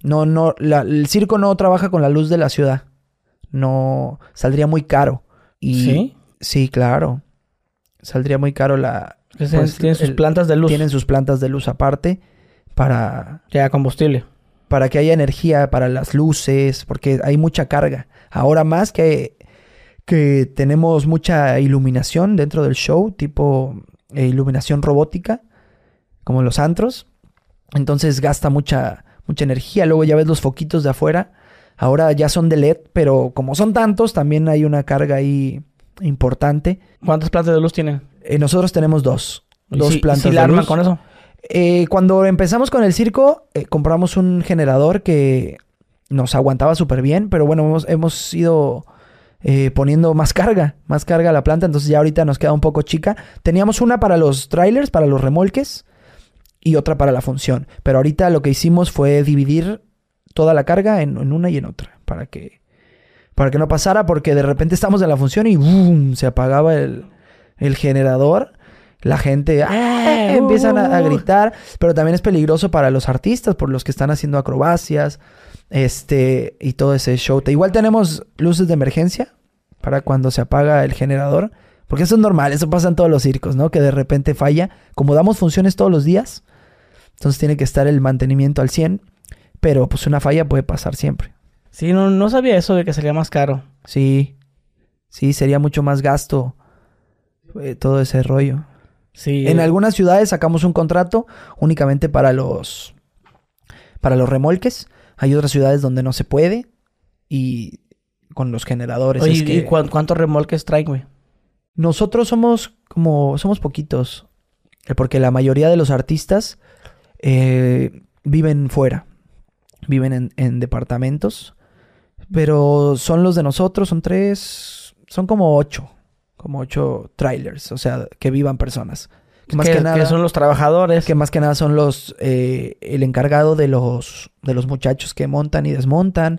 El circo no trabaja con la luz de la ciudad. No, saldría muy caro. ¿Sí? Sí, claro. Saldría muy caro tienen sus plantas de luz. Tienen sus plantas de luz aparte para... Que haya combustible. Para que haya energía para las luces, porque hay mucha carga. Ahora más que tenemos mucha iluminación dentro del show, tipo iluminación robótica, como los antros. Entonces gasta mucha energía. Luego ya ves los foquitos de afuera. Ahora ya son de LED, pero como son tantos, también hay una carga ahí importante. ¿Cuántas plantas de luz tienen? Nosotros tenemos 2. 2 plantas de luz. ¿Y si la arman con eso? Cuando empezamos con el circo, compramos un generador que nos aguantaba súper bien, pero bueno, hemos ido poniendo más carga a la planta, entonces ya ahorita nos queda un poco chica. Teníamos una para los trailers, para los remolques, y otra para la función, pero ahorita lo que hicimos fue dividir toda la carga en una y en otra, para que no pasara, porque de repente estamos en la función y ¡boom! Se apagaba el generador. La gente empiezan a gritar, pero también es peligroso para los artistas, por los que están haciendo acrobacias, y todo ese show. Igual tenemos luces de emergencia para cuando se apaga el generador, porque eso es normal, eso pasa en todos los circos, ¿no? Que de repente falla. Como damos funciones todos los días, entonces tiene que estar el mantenimiento al 100, pero pues una falla puede pasar siempre. Sí, no sabía eso de que sería más caro. Sí, sería mucho más gasto todo ese rollo. Sí. En algunas ciudades sacamos un contrato únicamente para los remolques. Hay otras ciudades donde no se puede y con los generadores. Oye, ¿y cuántos remolques traen, güey? Nosotros somos poquitos, porque la mayoría de los artistas viven fuera, viven en departamentos, pero son los de nosotros, son 3, son como 8 trailers, o sea, que vivan personas. Que son los trabajadores. Que más que nada son el encargado de los muchachos que montan y desmontan.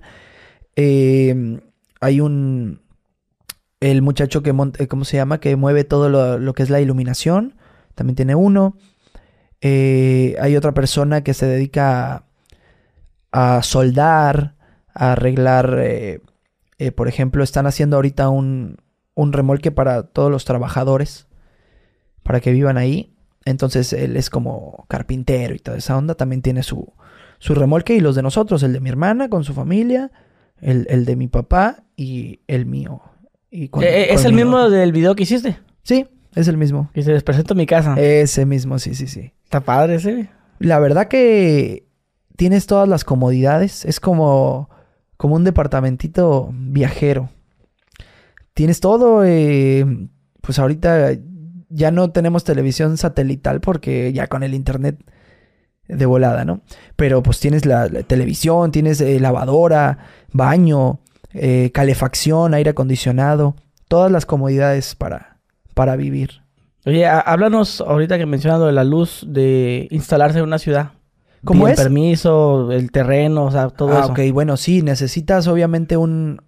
Hay el muchacho que monta, ¿cómo se llama? Que mueve todo lo que es la iluminación. También tiene uno. Hay otra persona que se dedica a soldar, a arreglar Por ejemplo, están haciendo ahorita un remolque para todos los trabajadores, para que vivan ahí. Entonces él es como carpintero y toda esa onda. También tiene su remolque, y los de nosotros, el de mi hermana con su familia, el de mi papá y el mío. ¿Es el mismo del video que hiciste? Sí, es el mismo. Y se les presento en mi casa. Ese mismo, sí. Está padre ese. La verdad que tienes todas las comodidades. Es como un departamentito viajero. Tienes todo. Pues ahorita ya no tenemos televisión satelital porque ya con el internet de volada, ¿no? Pero pues tienes la televisión, tienes lavadora, baño, calefacción, aire acondicionado. Todas las comodidades para vivir. Oye, háblanos ahorita que mencionas lo de la luz, de instalarse en una ciudad. ¿Cómo es? El permiso, el terreno, o sea, todo eso. Ok, bueno, sí, necesitas obviamente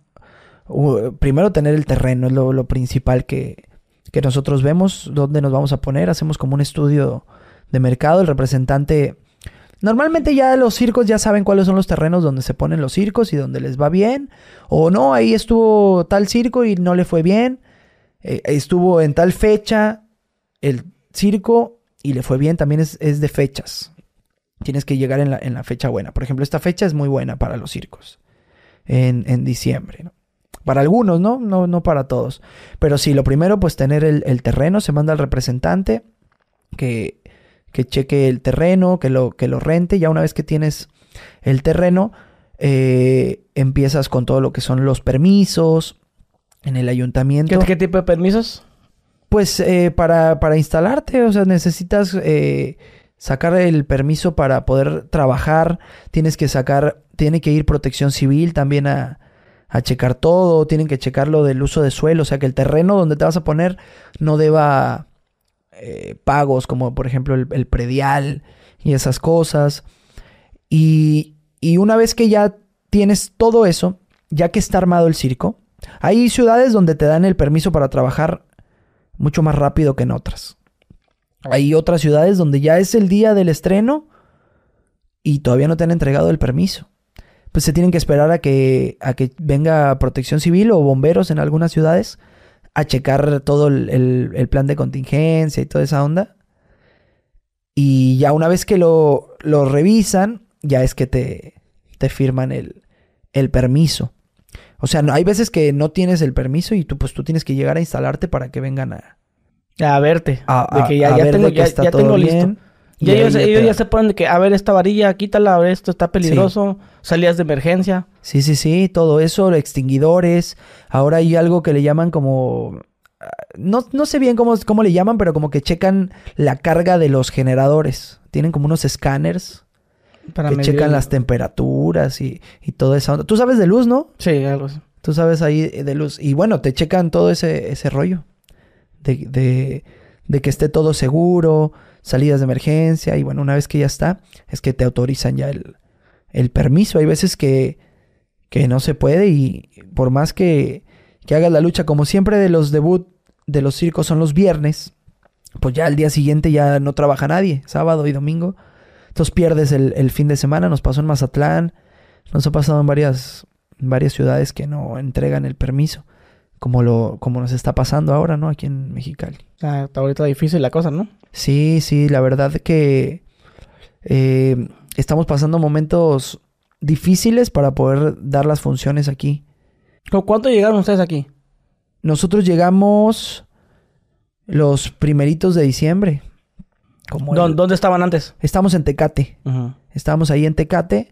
primero tener el terreno, es lo principal que nosotros vemos, dónde nos vamos a poner. Hacemos como un estudio de mercado. El representante... Normalmente ya los circos ya saben cuáles son los terrenos donde se ponen los circos y donde les va bien. O no, ahí estuvo tal circo y no le fue bien. Estuvo en tal fecha el circo y le fue bien. También es de fechas. Tienes que llegar en la fecha buena. Por ejemplo, esta fecha es muy buena para los circos. En diciembre, ¿no? Para algunos, ¿no? No para todos. Pero sí, lo primero, pues tener el terreno. Se manda al representante que cheque el terreno, que lo rente. Ya una vez que tienes el terreno, empiezas con todo lo que son los permisos en el ayuntamiento. ¿Qué tipo de permisos? Pues para instalarte, o sea, necesitas sacar el permiso para poder trabajar. Tiene que ir Protección Civil también a checar todo. Tienen que checar lo del uso de suelo, o sea, que el terreno donde te vas a poner no deba pagos, como por ejemplo el predial y esas cosas. Y una vez que ya tienes todo eso, ya que está armado el circo, hay ciudades donde te dan el permiso para trabajar mucho más rápido que en otras. Hay otras ciudades donde ya es el día del estreno y todavía no te han entregado el permiso. Pues se tienen que esperar a que venga Protección Civil o bomberos en algunas ciudades a checar todo el plan de contingencia y toda esa onda. Y ya una vez que lo revisan, ya es que te firman el permiso. O sea, hay veces que no tienes el permiso y tú tienes que llegar a instalarte para que vengan a verte. De que ya tengo listo. Y ellos ya se ponen de que, a ver, esta varilla, quítala, a ver, esto está peligroso. Sí. Salidas de emergencia. Sí, todo eso, extinguidores. Ahora hay algo que le llaman como... No sé bien cómo le llaman, pero como que checan la carga de los generadores. Tienen como unos escáneres que checan las temperaturas y todo eso. Tú sabes de luz, ¿no? Sí, algo así. Tú sabes ahí de luz. Y bueno, te checan todo ese rollo. De que esté todo seguro, salidas de emergencia. Y bueno, una vez que ya está, es que te autorizan ya el permiso. Hay veces que no se puede y por más que hagas la lucha, como siempre de los debut de los circos son los viernes, pues ya al día siguiente ya no trabaja nadie, sábado y domingo. Entonces pierdes el fin de semana. Nos pasó en Mazatlán, nos ha pasado en varias ciudades que no entregan el permiso, como nos está pasando ahora, ¿no? Aquí en Mexicali. Está ahorita difícil la cosa, ¿no? Sí, la verdad que estamos pasando momentos difíciles para poder dar las funciones aquí. ¿Cuánto llegaron ustedes aquí? Nosotros llegamos los primeritos de diciembre. ¿Dónde estaban antes? Estamos en Tecate. Uh-huh. Estábamos ahí en Tecate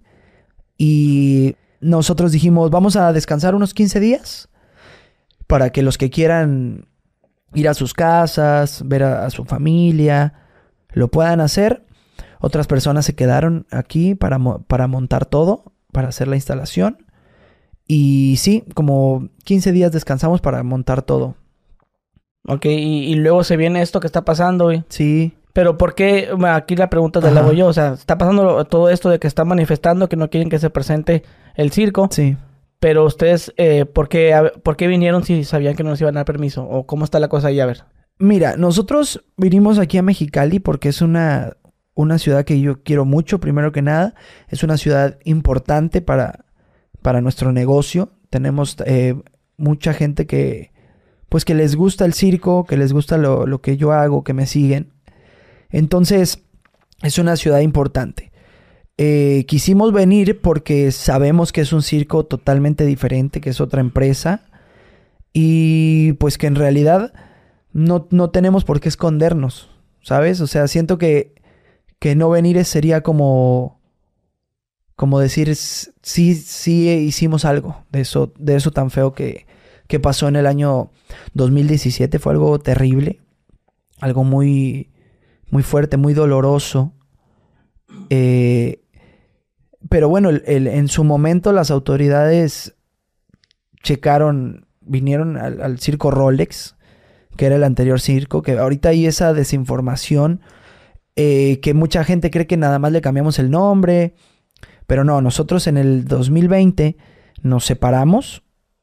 y nosotros dijimos, vamos a descansar unos 15 días para que los que quieran ir a sus casas, ver a su familia, lo puedan hacer. Otras personas se quedaron aquí para montar todo, para hacer la instalación. Y sí, como 15 días descansamos para montar todo. Ok, y luego se viene esto que está pasando, güey. Sí. Pero ¿por qué? Aquí la pregunta te la hago yo. O sea, está pasando todo esto de que están manifestando que no quieren que se presente el circo. Sí. Pero ustedes, ¿por qué vinieron si sabían que no nos iban a dar permiso? ¿O cómo está la cosa ahí? A ver. Mira, nosotros vinimos aquí a Mexicali porque es una ciudad que yo quiero mucho, primero que nada. Es una ciudad importante para nuestro negocio. Tenemos mucha gente que, pues que les gusta el circo, que les gusta lo que yo hago, que me siguen. Entonces, es una ciudad importante. Quisimos venir porque sabemos que es un circo totalmente diferente, que es otra empresa. Y pues que en realidad no tenemos por qué escondernos, ¿sabes? O sea, siento que no venir sería como decir, sí hicimos algo de eso tan feo que pasó en el año 2017. Fue algo terrible, algo muy, muy fuerte, muy doloroso. Pero bueno, en su momento las autoridades vinieron al circo Rolex, que era el anterior circo, que ahorita hay esa desinformación, que mucha gente cree que nada más le cambiamos el nombre, pero no, nosotros en el 2020 nos separamos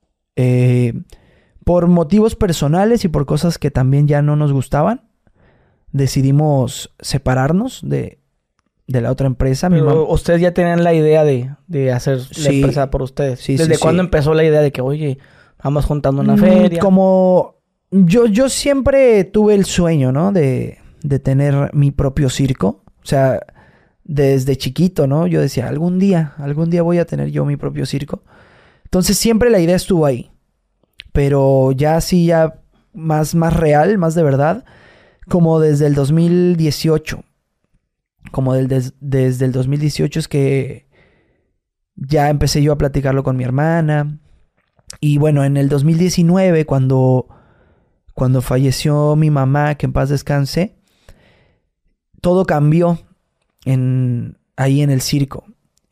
por motivos personales y por cosas que también ya no nos gustaban. Decidimos separarnos de la otra empresa. Pero ustedes ya tenían la idea de hacer la empresa por ustedes. Sí, ¿Desde cuándo empezó la idea de que, oye, vamos juntando una feria? Como yo siempre tuve el sueño, ¿no? De tener mi propio circo. O sea, desde chiquito, ¿no? Yo decía, algún día voy a tener yo mi propio circo. Entonces siempre la idea estuvo ahí. Pero ya así, ya más real, más de verdad, como desde el 2018. Como desde el 2018 es que ya empecé yo a platicarlo con mi hermana. Y bueno, en el 2019, cuando falleció mi mamá, que en paz descanse, todo cambió ahí en el circo.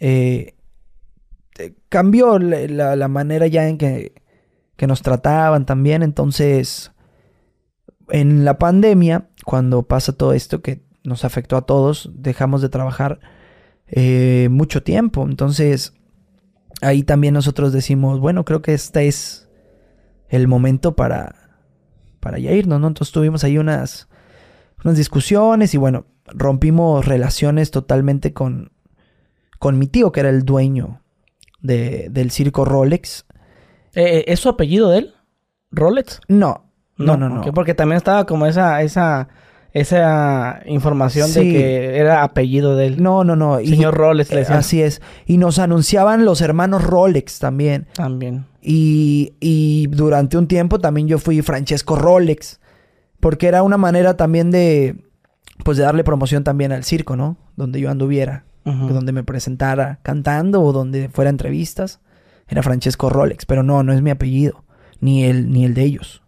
Cambió la manera ya en que nos trataban también. Entonces, en la pandemia, cuando pasa todo esto que nos afectó a todos, dejamos de trabajar mucho tiempo. Entonces, ahí también nosotros decimos, bueno, creo que este es el momento para ya irnos, ¿no? Entonces tuvimos ahí unas discusiones y bueno, rompimos relaciones totalmente con mi tío, que era el dueño del circo Rolex. ¿Es su apellido de él? ¿Rolex? No. Okay, porque también estaba como esa información sí, de que era apellido de él. No. Señor Rolex le decían. Así es. Y nos anunciaban los hermanos Rolex también. Y durante un tiempo también yo fui Francesco Rolex. Porque era una manera también de darle promoción también al circo, ¿no? Donde yo anduviera. Uh-huh. Donde me presentara cantando o donde fuera entrevistas. Era Francesco Rolex. Pero no es mi apellido. Ni el de ellos.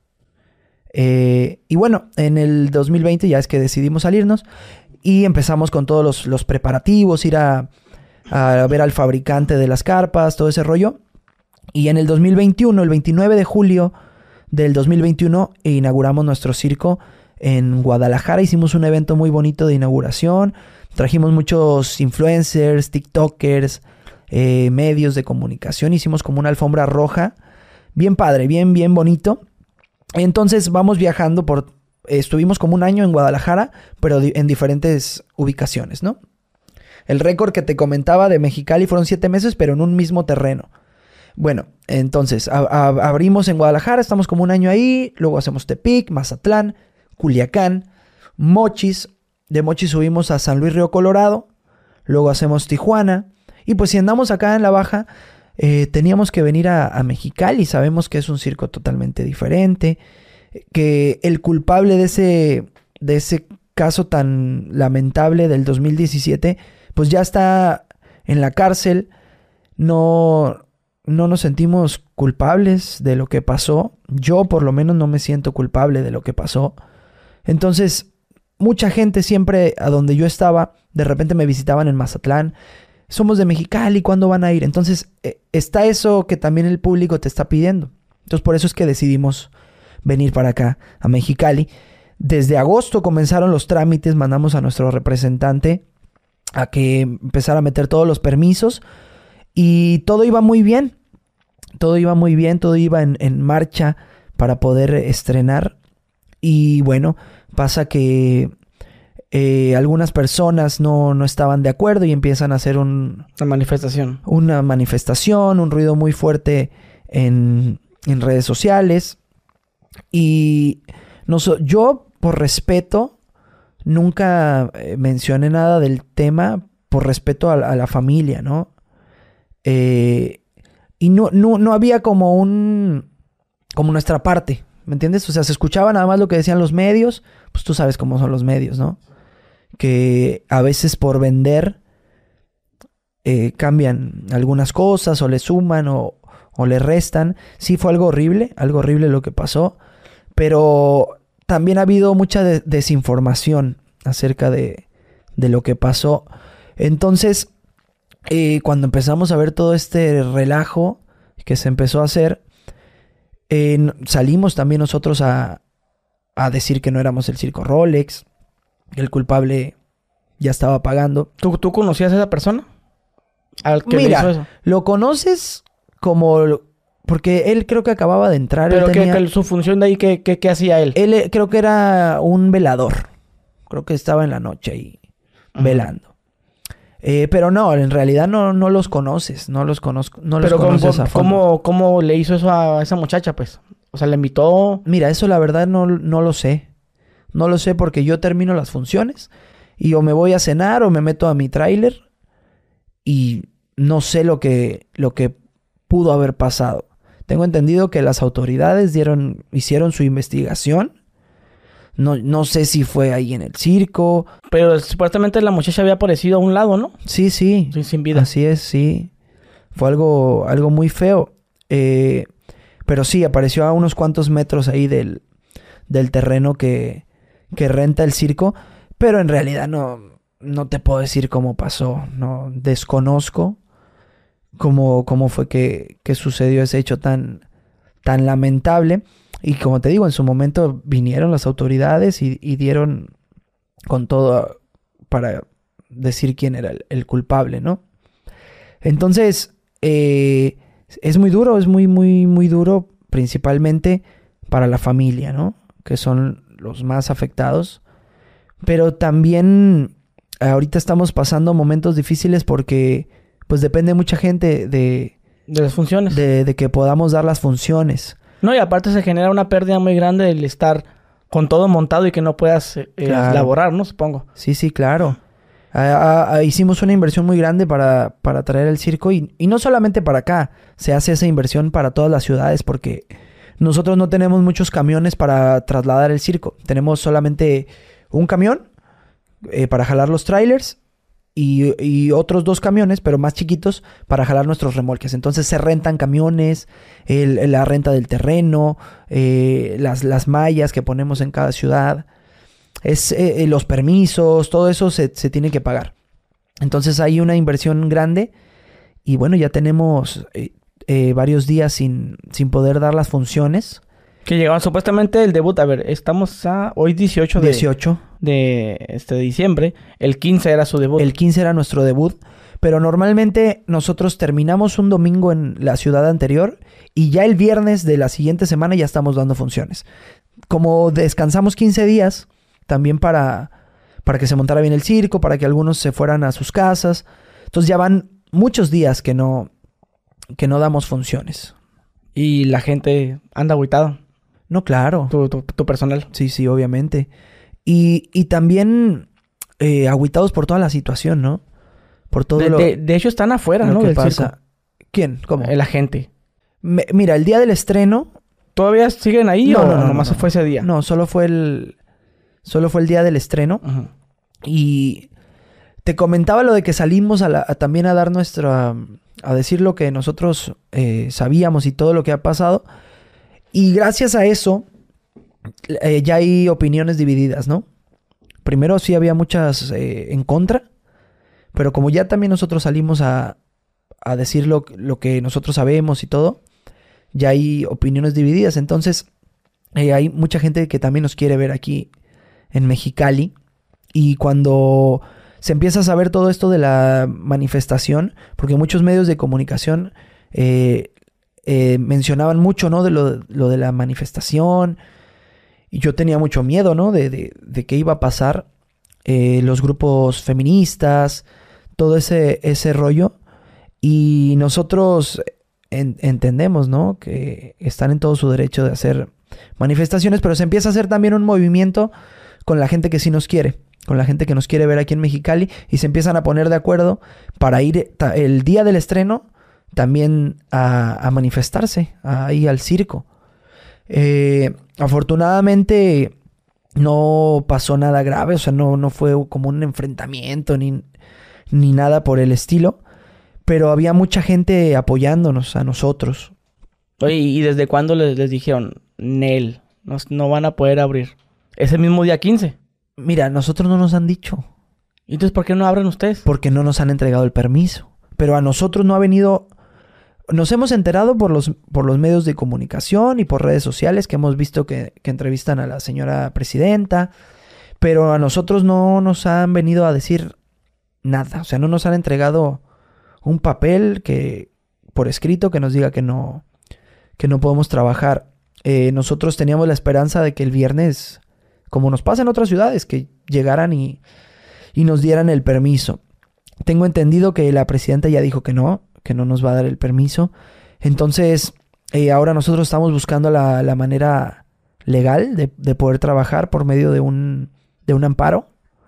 Y bueno, en el 2020 ya es que decidimos salirnos. Y empezamos con todos los preparativos. Ir a ver al fabricante de las carpas. Todo ese rollo. Y en el 2021, el 29 de julio del 2021, inauguramos nuestro circo en Guadalajara. Hicimos un evento muy bonito de inauguración. Trajimos muchos influencers, tiktokers, medios de comunicación. Hicimos como una alfombra roja. Bien padre, bien bonito. Entonces vamos viajando estuvimos como un año en Guadalajara, pero en diferentes ubicaciones, ¿no? El récord que te comentaba de Mexicali fueron 7 meses, pero en un mismo terreno. Bueno, entonces abrimos en Guadalajara, estamos como un año ahí, luego hacemos Tepic, Mazatlán, Culiacán, Mochis. De Mochis subimos a San Luis Río Colorado, luego hacemos Tijuana. Y pues si andamos acá en la Baja, teníamos que venir a Mexicali. Sabemos que es un circo totalmente diferente, que el culpable de ese caso tan lamentable del 2017, pues ya está en la cárcel. No nos sentimos culpables de lo que pasó. Yo por lo menos no me siento culpable de lo que pasó. Entonces, mucha gente siempre a donde yo estaba, de repente me visitaban en Mazatlán. Somos de Mexicali, ¿cuándo van a ir? Entonces, está eso que también el público te está pidiendo. Entonces, por eso es que decidimos venir para acá, a Mexicali. Desde agosto comenzaron los trámites, mandamos a nuestro representante a que empezara a meter todos los permisos. Y todo iba muy bien. Todo iba en marcha para poder estrenar. Y bueno, pasa que algunas personas no estaban de acuerdo y empiezan a hacer una manifestación, un ruido muy fuerte en redes sociales. Y yo, por respeto, nunca mencioné nada del tema, por respeto a la familia, ¿no? Y no había como nuestra parte, ¿me entiendes? O sea, se escuchaba nada más lo que decían los medios. Pues tú sabes cómo son los medios, ¿no? Que a veces por vender cambian algunas cosas o le suman o le restan. Sí, fue algo horrible lo que pasó. Pero también ha habido mucha desinformación acerca de lo que pasó. Entonces, cuando empezamos a ver todo este relajo que se empezó a hacer, salimos también nosotros a decir que no éramos el circo Rolex, que el culpable ya estaba pagando. ¿Tú conocías a esa persona? Al que Mira, le hizo eso. lo conoces como... Porque él creo que acababa de entrar. Pero su función de ahí, ¿qué hacía él? Él creo que era un velador. Creo que estaba en la noche ahí velando. Pero no, en realidad no los conoces. No los conozco. No los conoces a fondo. ¿Cómo le hizo eso a esa muchacha, pues? O sea, ¿le invitó? Mira, eso la verdad no lo sé. No lo sé porque yo termino las funciones y o me voy a cenar o me meto a mi tráiler y no sé lo que pudo haber pasado. Tengo entendido que las autoridades hicieron su investigación. No sé si fue ahí en el circo. Pero supuestamente la muchacha había aparecido a un lado, ¿no? Sí. Sin vida. Así es, sí. Fue algo muy feo. Pero sí, apareció a unos cuantos metros ahí del terreno que renta el circo. Pero en realidad no te puedo decir cómo pasó. No, desconozco cómo fue que sucedió ese hecho tan lamentable. Y como te digo, en su momento vinieron las autoridades y dieron con todo para decir quién era el culpable, ¿no? Entonces, es muy duro, es muy, muy, muy duro, principalmente para la familia, ¿no? Que son los más afectados. Pero también ahorita estamos pasando momentos difíciles porque pues depende mucha gente de las funciones. De que podamos dar las funciones. No, y aparte se genera una pérdida muy grande el estar con todo montado y que no puedas Claro. laborar, ¿no? Supongo. Sí, claro. Hicimos una inversión muy grande para traer el circo y no solamente para acá. Se hace esa inversión para todas las ciudades porque nosotros no tenemos muchos camiones para trasladar el circo. Tenemos solamente un camión para jalar los trailers y otros 2 camiones, pero más chiquitos, para jalar nuestros remolques. Entonces se rentan camiones, la renta del terreno, las mallas que ponemos en cada ciudad, los permisos, todo eso se tiene que pagar. Entonces hay una inversión grande y bueno, ya tenemos varios días sin poder dar las funciones. Que llegaban supuestamente el debut. A ver, estamos hoy 18 de diciembre. El 15 era su debut. El 15 era nuestro debut. Pero normalmente nosotros terminamos un domingo en la ciudad anterior y ya el viernes de la siguiente semana ya estamos dando funciones. Como descansamos 15 días, también para que se montara bien el circo, para que algunos se fueran a sus casas. Entonces ya van muchos días que no damos funciones. Y la gente anda agüitada. No, claro. Tu personal. Sí, obviamente. Y también agüitados por toda la situación, ¿no? Por todo de hecho, están afuera, ¿no? que del pasa. circo. ¿Quién? ¿Cómo? La gente. Mira, el día del estreno... ¿Todavía siguen ahí No, o no, nomás fue ese día? No, solo fue el día del estreno. Uh-huh. Y te comentaba lo de que salimos también a dar a decir lo que nosotros sabíamos y todo lo que ha pasado. Y gracias a eso ya hay opiniones divididas, ¿no? Primero sí había muchas en contra, pero como ya también nosotros salimos a decir lo que nosotros sabemos y todo, ya hay opiniones divididas. Entonces hay mucha gente que también nos quiere ver aquí en Mexicali. Y cuando se empieza a saber todo esto de la manifestación, porque muchos medios de comunicación mencionaban mucho, ¿no? De lo de la manifestación. Y yo tenía mucho miedo, ¿no? De qué iba a pasar. Los grupos feministas, todo ese rollo. Y nosotros entendemos, ¿no? Que están en todo su derecho de hacer manifestaciones, pero se empieza a hacer también un movimiento con la gente que sí nos quiere, con la gente que nos quiere ver aquí en Mexicali, y se empiezan a poner de acuerdo para ir el día del estreno también a manifestarse ahí al circo. Afortunadamente no pasó nada grave, o sea, no fue como un enfrentamiento ni nada por el estilo, pero había mucha gente apoyándonos a nosotros. Oye, ¿y desde cuándo les dijeron, Nel, no van a poder abrir? ¿Ese mismo día 15? Mira, nosotros no nos han dicho. ¿Y entonces por qué no abren ustedes? Porque no nos han entregado el permiso. Pero a nosotros no ha venido... Nos hemos enterado por los medios de comunicación y por redes sociales que hemos visto que entrevistan a la señora presidenta, pero a nosotros no nos han venido a decir nada. O sea, no nos han entregado un papel por escrito que nos diga que no podemos trabajar. Nosotros teníamos la esperanza de que el viernes, como nos pasa en otras ciudades, que llegaran y nos dieran el permiso. Tengo entendido que la presidenta ya dijo que no nos va a dar el permiso. Entonces, ahora nosotros estamos buscando la manera legal de poder trabajar por medio de un amparo.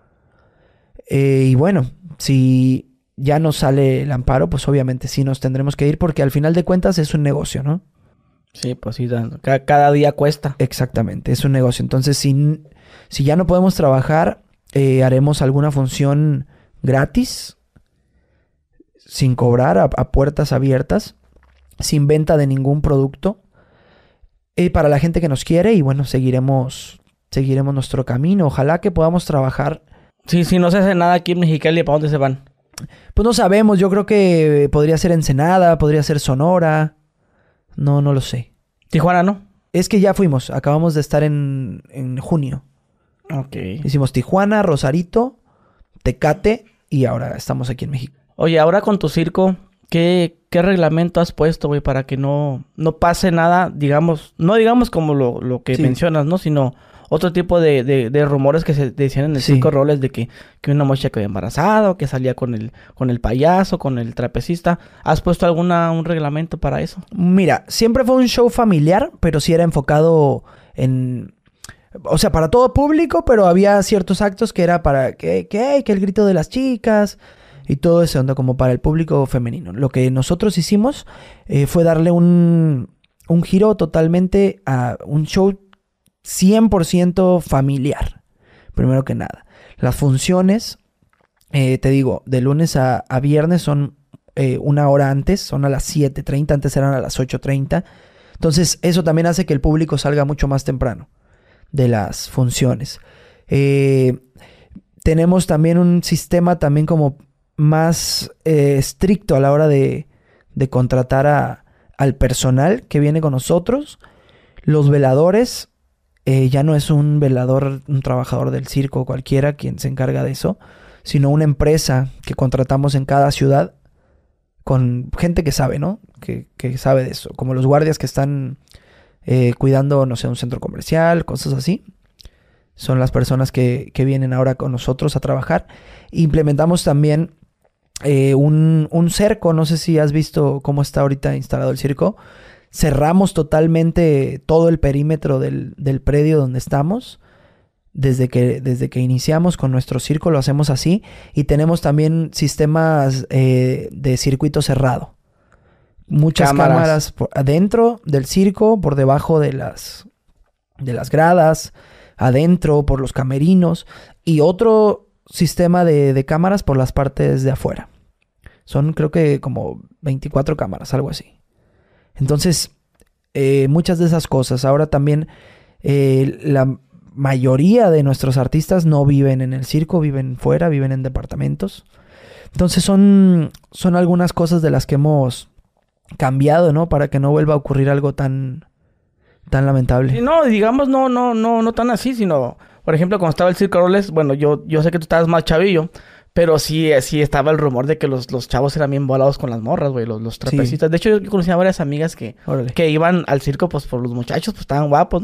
Y bueno, si ya no sale el amparo, pues obviamente sí nos tendremos que ir, porque al final de cuentas es un negocio, ¿no? Sí, pues sí, cada día cuesta. Exactamente, es un negocio. Entonces, si ya no podemos trabajar, haremos alguna función gratis, sin cobrar, a puertas abiertas, sin venta de ningún producto, para la gente que nos quiere, y bueno, seguiremos nuestro camino. Ojalá que podamos trabajar. Sí, si no se hace nada aquí en Mexicali, ¿para dónde se van? Pues no sabemos, yo creo que podría ser Ensenada, podría ser Sonora, no lo sé. Tijuana, ¿no? Es que ya fuimos, acabamos de estar en junio. Ok. Hicimos Tijuana, Rosarito, Tecate, y ahora estamos aquí en México. Oye, ahora con tu circo, ¿qué reglamento has puesto, güey, para que no pase nada, no digamos como lo que mencionas, ¿no? Sino otro tipo de rumores que se decían en el circo Robles de que una muchacha quedó embarazada o que salía con el payaso, con el trapecista. ¿Has puesto un reglamento para eso? Mira, siempre fue un show familiar, pero sí era enfocado o sea, para todo público, pero había ciertos actos que era para que el grito de las chicas y todo eso, ¿no? Como para el público femenino. Lo que nosotros hicimos fue darle un giro totalmente a un show 100% familiar, primero que nada. Las funciones, te digo, de lunes a viernes son una hora antes, son a las 7:30, antes eran a las 8:30. Entonces eso también hace que el público salga mucho más temprano de las funciones. Tenemos también un sistema también como más estricto a la hora de contratar al personal que viene con nosotros. Los veladores, ya no es un velador, un trabajador del circo cualquiera quien se encarga de eso, sino una empresa que contratamos en cada ciudad con gente que sabe, ¿no? Que sabe de eso, como los guardias que están cuidando, no sé, un centro comercial, cosas así. Son las personas que vienen ahora con nosotros a trabajar. Implementamos también un cerco. No sé si has visto cómo está ahorita instalado el circo. Cerramos totalmente todo el perímetro del predio donde estamos. Desde que iniciamos con nuestro circo lo hacemos así. Y tenemos también sistemas de circuito cerrado. Muchas cámaras adentro del circo, por debajo de las gradas, adentro, por los camerinos, y otro sistema de cámaras por las partes de afuera. Son creo que como 24 cámaras, algo así. Entonces, muchas de esas cosas. Ahora también la mayoría de nuestros artistas no viven en el circo, viven fuera, viven en departamentos. Entonces son algunas cosas de las que hemos cambiado, ¿no? Para que no vuelva a ocurrir algo tan lamentable. Sí, no, digamos, no tan así, sino, por ejemplo, cuando estaba el Circo Robles, bueno, yo sé que tú estabas más chavillo, pero sí estaba el rumor de que los chavos eran bien volados con las morras, güey, los trapecistas. Sí. De hecho, yo conocía a varias amigas que iban al circo, pues, por los muchachos, pues, estaban guapos, ¿no? Y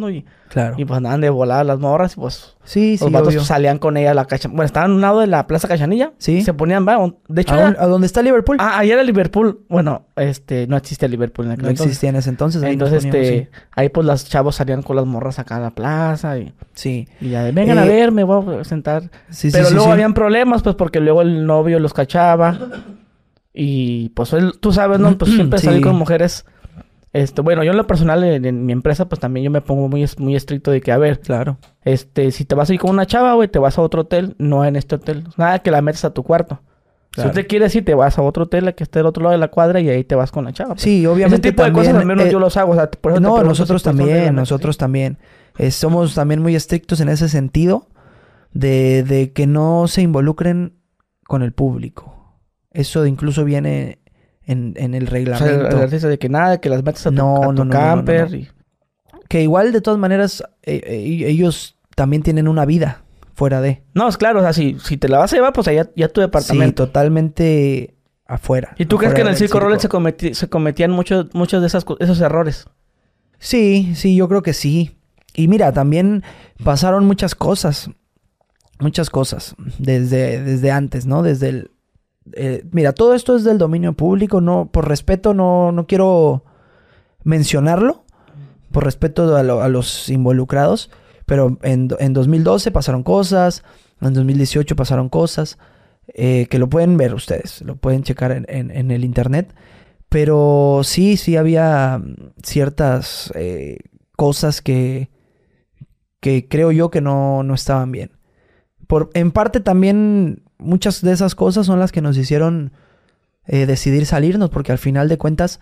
Claro. Y pues andaban de volada las morras y pues... Sí, los vatos salían con ella a la Cachanilla. Bueno, estaban a un lado de la Plaza Cachanilla. Sí. Se ponían... De hecho, ¿A dónde está Liverpool? Ah, ahí era Liverpool. Bueno, no existía Liverpool en aquel entonces. No existía en ese entonces. Entonces, ahí pues los chavos salían con las morras acá a la plaza y... Sí. Y ya de, vengan a ver, me voy a sentar. Sí, pero sí, luego sí. habían problemas, pues, porque luego el novio los cachaba. Y pues tú sabes, ¿no? Pues siempre Sí. salir con mujeres... Bueno, yo en lo personal, en mi empresa, pues también yo me pongo muy estricto de que, a ver... Claro. Si te vas a ir con una chava, güey, te vas a otro hotel, no en este hotel. Nada que la metas a tu cuarto. Claro. Si usted quiere ir, te vas a otro hotel que esté al otro lado de la cuadra y ahí te vas con la chava. Pues. Sí, obviamente. Ese tipo de cosas también yo los hago. O sea, por eso no, nosotros también. Somos también muy estrictos en ese sentido de que no se involucren con el público. Eso incluso viene en el reglamento. O sea, el artista de que nada, que las metas a tu camper. No. Que igual, de todas maneras, ellos también tienen una vida fuera de... No, es claro. O sea, si te la vas a llevar, pues allá ya tu departamento. Sí, totalmente afuera. ¿Y tú crees que en el Circo Rolex se cometían muchos de esos errores? Sí, yo creo que sí. Y mira, también pasaron muchas cosas. Muchas cosas. Desde antes, ¿no? Desde el... mira, todo esto es del dominio público. No, por respeto no quiero mencionarlo. Por respeto a los involucrados. Pero en 2012 pasaron cosas. En 2018 pasaron cosas. Que lo pueden ver ustedes. Lo pueden checar en el internet. Pero sí había ciertas cosas que creo yo que no estaban bien. En parte también muchas de esas cosas son las que nos hicieron decidir salirnos. Porque al final de cuentas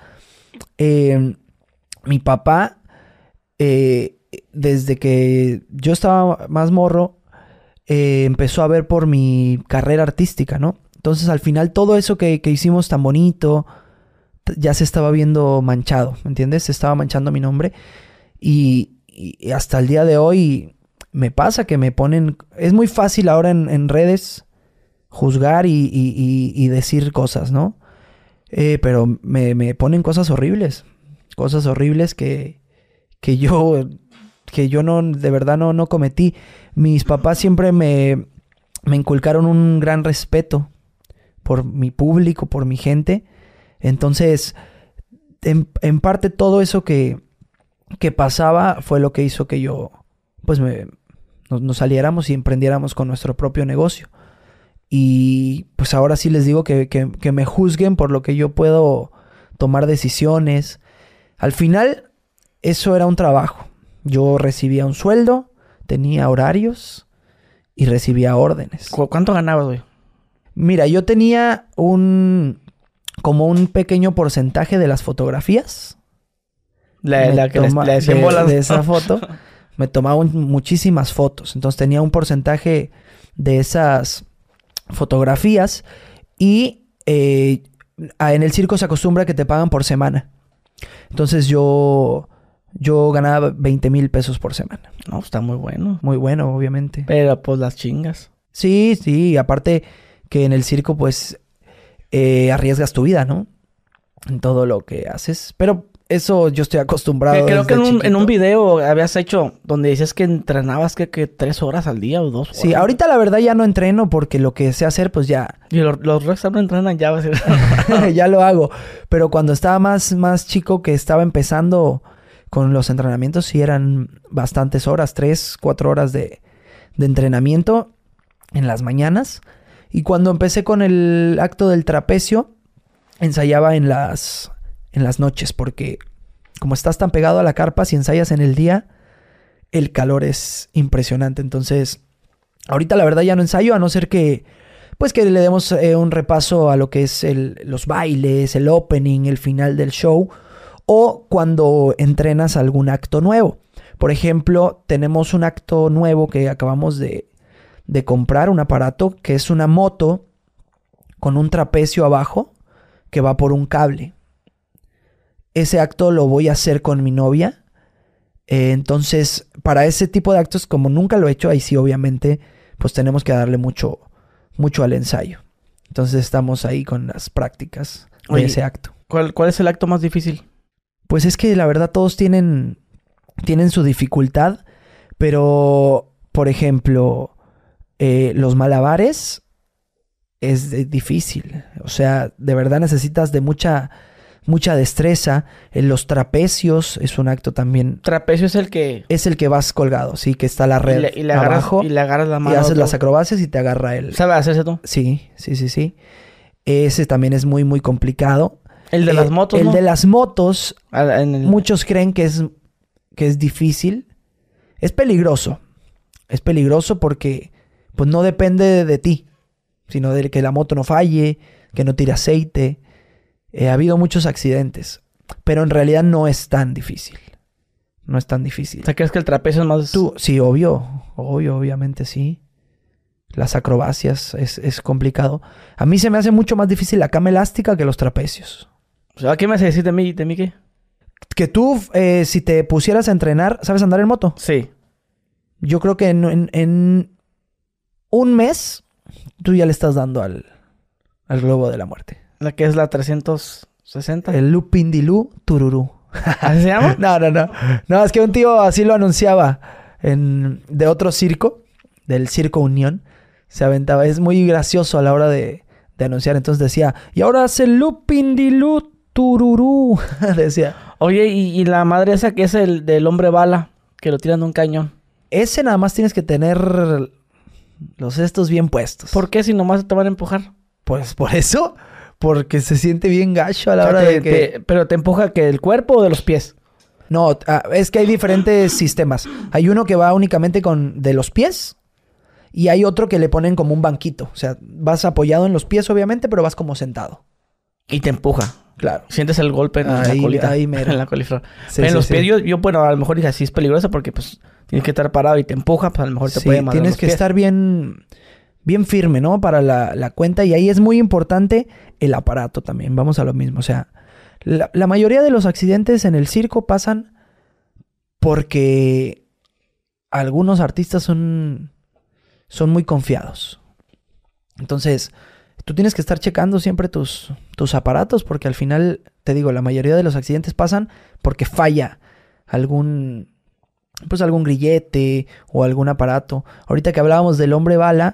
mi papá... desde que yo estaba más morro, empezó a ver por mi carrera artística, ¿no? Entonces, al final, todo eso que hicimos tan bonito, ya se estaba viendo manchado, ¿me entiendes? Se estaba manchando mi nombre. Y hasta el día de hoy me pasa que me ponen... Es muy fácil ahora en redes juzgar y decir cosas, ¿no? Pero me ponen cosas horribles. Cosas horribles que yo no, de verdad no cometí. Mis papás siempre me inculcaron un gran respeto por mi público, por mi gente. Entonces, en parte todo eso que pasaba fue lo que hizo que yo, pues, nos saliéramos y emprendiéramos con nuestro propio negocio. Y pues ahora sí les digo que me juzguen por lo que yo puedo tomar decisiones. Al final... Eso era un trabajo. Yo recibía un sueldo, tenía horarios y recibía órdenes. ¿Cuánto ganabas, güey? Mira, yo tenía como un pequeño porcentaje de las fotografías. Le decían bolas. De esa foto. Me tomaba muchísimas fotos. Entonces tenía un porcentaje de esas fotografías. Y en el circo se acostumbra que te pagan por semana. Entonces yo ganaba 20,000 pesos por semana. No, está muy bueno. Muy bueno, obviamente. Pero pues las chingas. Sí. Aparte que en el circo pues arriesgas tu vida, ¿no? En todo lo que haces. Pero eso yo estoy acostumbrado. Creo que en un video habías hecho donde dices que entrenabas que 3 horas al día o 2 horas. Sí, ahorita la verdad ya no entreno porque lo que sé hacer pues ya... Y los restos no entrenan ya. Ya lo hago. Pero cuando estaba más chico, que estaba empezando... Con los entrenamientos sí eran bastantes horas, 3-4 horas de entrenamiento en las mañanas. Y cuando empecé con el acto del trapecio, ensayaba en las noches. Porque como estás tan pegado a la carpa, si ensayas en el día, el calor es impresionante. Entonces, ahorita la verdad ya no ensayo, a no ser que le demos un repaso a lo que es los bailes, el opening, el final del show... O cuando entrenas algún acto nuevo. Por ejemplo, tenemos un acto nuevo que acabamos de comprar, un aparato que es una moto con un trapecio abajo que va por un cable. Ese acto lo voy a hacer con mi novia. Entonces, para ese tipo de actos, como nunca lo he hecho, ahí sí obviamente, pues tenemos que darle mucho al ensayo. Entonces estamos ahí con las prácticas de ese acto. ¿Cuál es el acto más difícil? Pues es que la verdad todos tienen su dificultad, Pero, por ejemplo, los malabares es difícil. O sea, de verdad necesitas de mucha destreza. En los trapecios es un acto también. Trapecio es el que... Es el que vas colgado, sí, que está la red y le abajo. y le agarras la mano. Y haces las acrobacias y te agarra él. ¿Sabes hacerse tú? Sí. Ese también es muy, muy complicado. El de las motos, El ¿no? de las motos, muchos creen que es difícil. Es peligroso. Es peligroso porque pues no depende de ti, sino de que la moto no falle, que no tire aceite. Ha habido muchos accidentes, pero en realidad no es tan difícil. No es tan difícil. O sea, ¿crees que el trapecio es más...? Sí, obviamente sí. Las acrobacias es complicado. A mí se me hace mucho más difícil la cama elástica que los trapecios. O sea, ¿qué me hace decir de mí qué? Que tú, si te pusieras a entrenar, ¿sabes andar en moto? Sí. Yo creo que en un mes tú ya le estás dando al globo de la muerte. ¿La que es la 360? El Lupindilú Tururú. ¿Así se llama? No, es que un tío así lo anunciaba de otro circo, del Circo Unión. Se aventaba. Es muy gracioso a la hora de anunciar. Entonces decía, y ahora hace el Lupindilú Tururú. Decía. Oye, ¿y la madre esa que es el del hombre bala, que lo tiran de un cañón? Ese nada más tienes que tener los cestos bien puestos. ¿Por qué si nomás te van a empujar? Pues por eso, porque se siente bien gacho a la hora de que... ¿Pero te empuja que del cuerpo o de los pies? No, es que hay diferentes sistemas. Hay uno que va únicamente de los pies y hay otro que le ponen como un banquito. O sea, vas apoyado en los pies obviamente, pero vas como sentado. Y te empuja. Claro. Sientes el golpe en la colita. Ahí mero. En la coliflor. Sí, pero en los pies sí. yo, bueno, a lo mejor dije así es peligroso porque pues tienes que estar parado y te empuja, pues a lo mejor te puede matar. Tienes que estar bien firme, ¿no? Para la cuenta. Y ahí es muy importante el aparato también. Vamos a lo mismo. O sea, la mayoría de los accidentes en el circo pasan porque algunos artistas son muy confiados. Entonces, tú tienes que estar checando siempre tus aparatos porque al final, te digo, la mayoría de los accidentes pasan porque falla algún grillete o algún aparato. Ahorita que hablábamos del hombre bala,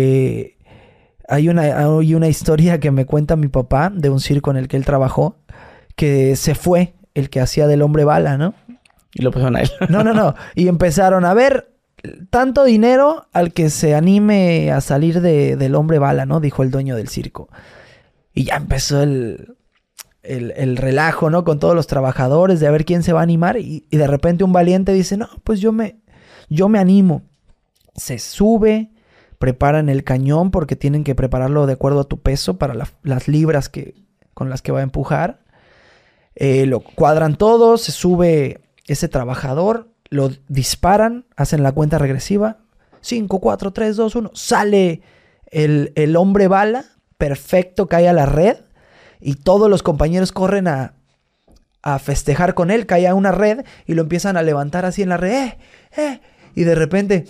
hay una historia que me cuenta mi papá de un circo en el que él trabajó, que se fue el que hacía del hombre bala, ¿no? Y lo pusieron a él. No. Y empezaron a ver tanto dinero al que se anime a salir del hombre bala, ¿no? Dijo el dueño del circo. Y ya empezó el relajo, ¿no? Con todos los trabajadores de a ver quién se va a animar. Y de repente un valiente dice, no, pues yo me animo. Se sube, preparan el cañón porque tienen que prepararlo de acuerdo a tu peso para las libras con las que va a empujar. Lo cuadran todo, se sube ese trabajador, lo disparan, hacen la cuenta regresiva. 5, 4, 3, 2, 1. Sale el hombre bala, perfecto, cae a la red. Y todos los compañeros corren a festejar con él. Cae a una red y lo empiezan a levantar así en la red. Y de repente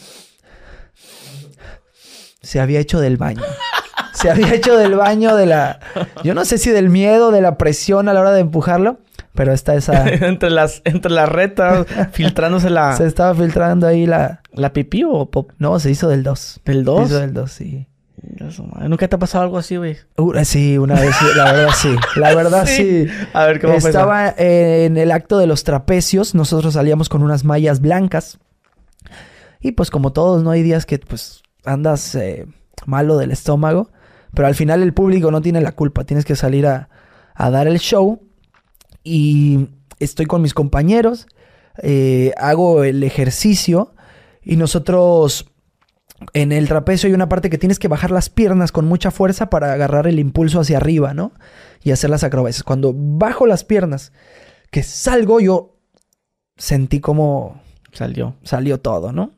se había hecho del baño. Se había hecho del baño yo no sé si del miedo, de la presión a la hora de empujarlo. Pero está esa... entre las retas, filtrándose la... Se estaba filtrando ahí la... ¿La pipí o pop? No, se hizo del 2. ¿Del 2? Se hizo del 2, sí. ¿Nunca te ha pasado algo así, güey? Sí, una vez, la verdad sí. La verdad sí. A ver, ¿cómo fue eso? Estaba en el acto de los trapecios. Nosotros salíamos con unas mallas blancas. Y pues como todos, ¿no? Hay días que pues andas malo del estómago. Pero al final el público no tiene la culpa. Tienes que salir a dar el show. Y estoy con mis compañeros. Hago el ejercicio. Y nosotros... En el trapecio hay una parte que tienes que bajar las piernas con mucha fuerza para agarrar el impulso hacia arriba, ¿no? Y hacer las acrobacias. Cuando bajo las piernas, que salgo, yo sentí como... Salió todo, ¿no?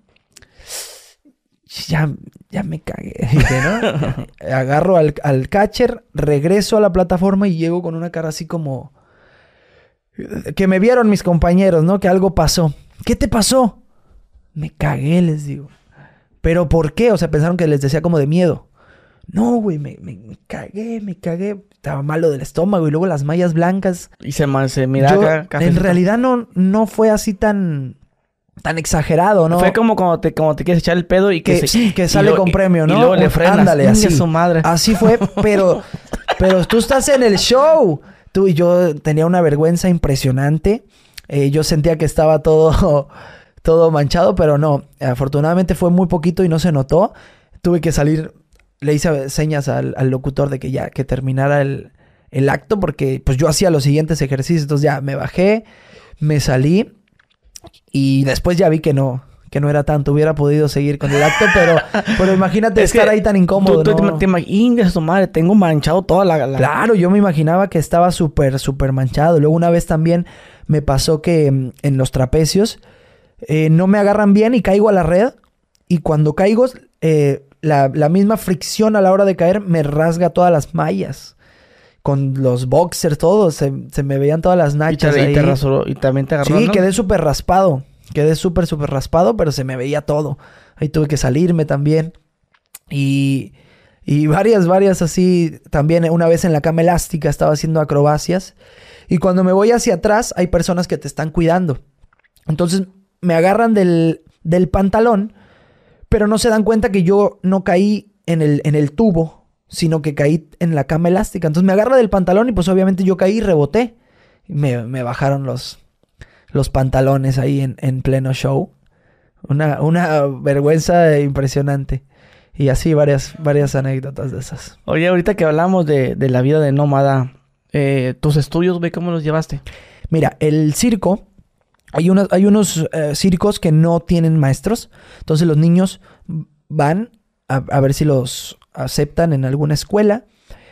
Ya me cagué, dije, ¿no? Agarro al catcher, regreso a la plataforma y llego con una cara así como... Que me vieron mis compañeros, ¿no? Que algo pasó. ¿Qué te pasó? Me cagué, les digo. ¿Pero por qué? O sea, pensaron que les decía como de miedo. No, güey, me cagué. Estaba malo del estómago y luego las mallas blancas. Y se mira acá, en realidad no fue así tan tan exagerado, ¿no? Fue como cuando te quieres echar el pedo y que sale con premio, ¿no? Y luego le frenas. Ándale, así. Su madre. Así fue, pero tú estás en el show. Tú y yo tenía una vergüenza impresionante. Yo sentía que estaba todo manchado, pero no. Afortunadamente fue muy poquito y no se notó. Tuve que salir, le hice señas al locutor de que ya, que terminara el acto, porque pues yo hacía los siguientes ejercicios. Entonces ya me bajé, me salí y después ya vi que no era tanto. Hubiera podido seguir con el acto, pero imagínate estar ahí tan incómodo, ¿no? Te imaginas, tu madre, tengo manchado toda la... Claro, yo me imaginaba que estaba súper, súper manchado. Luego una vez también me pasó que en los trapecios no me agarran bien y caigo a la red. Y cuando caigo, la misma fricción a la hora de caer me rasga todas las mallas. Con los boxers, todo. Se me veían todas las nachas ahí. Y también te agarró, Sí, ¿no? quedé súper raspado. Quedé súper, súper raspado, pero se me veía todo. Ahí tuve que salirme también. Y varias así. También una vez en la cama elástica estaba haciendo acrobacias. Y cuando me voy hacia atrás, hay personas que te están cuidando. Entonces me agarran del pantalón, pero no se dan cuenta que yo no caí en el tubo, sino que caí en la cama elástica. Entonces me agarra del pantalón y pues obviamente yo caí y reboté. Me bajaron los pantalones ahí en pleno show. Una vergüenza impresionante. Y así varias anécdotas de esas. Oye, ahorita que hablamos de la vida de nómada, tus estudios, güey, ¿cómo los llevaste? Mira, el circo, hay unos circos que no tienen maestros. Entonces los niños van a ver si los aceptan en alguna escuela.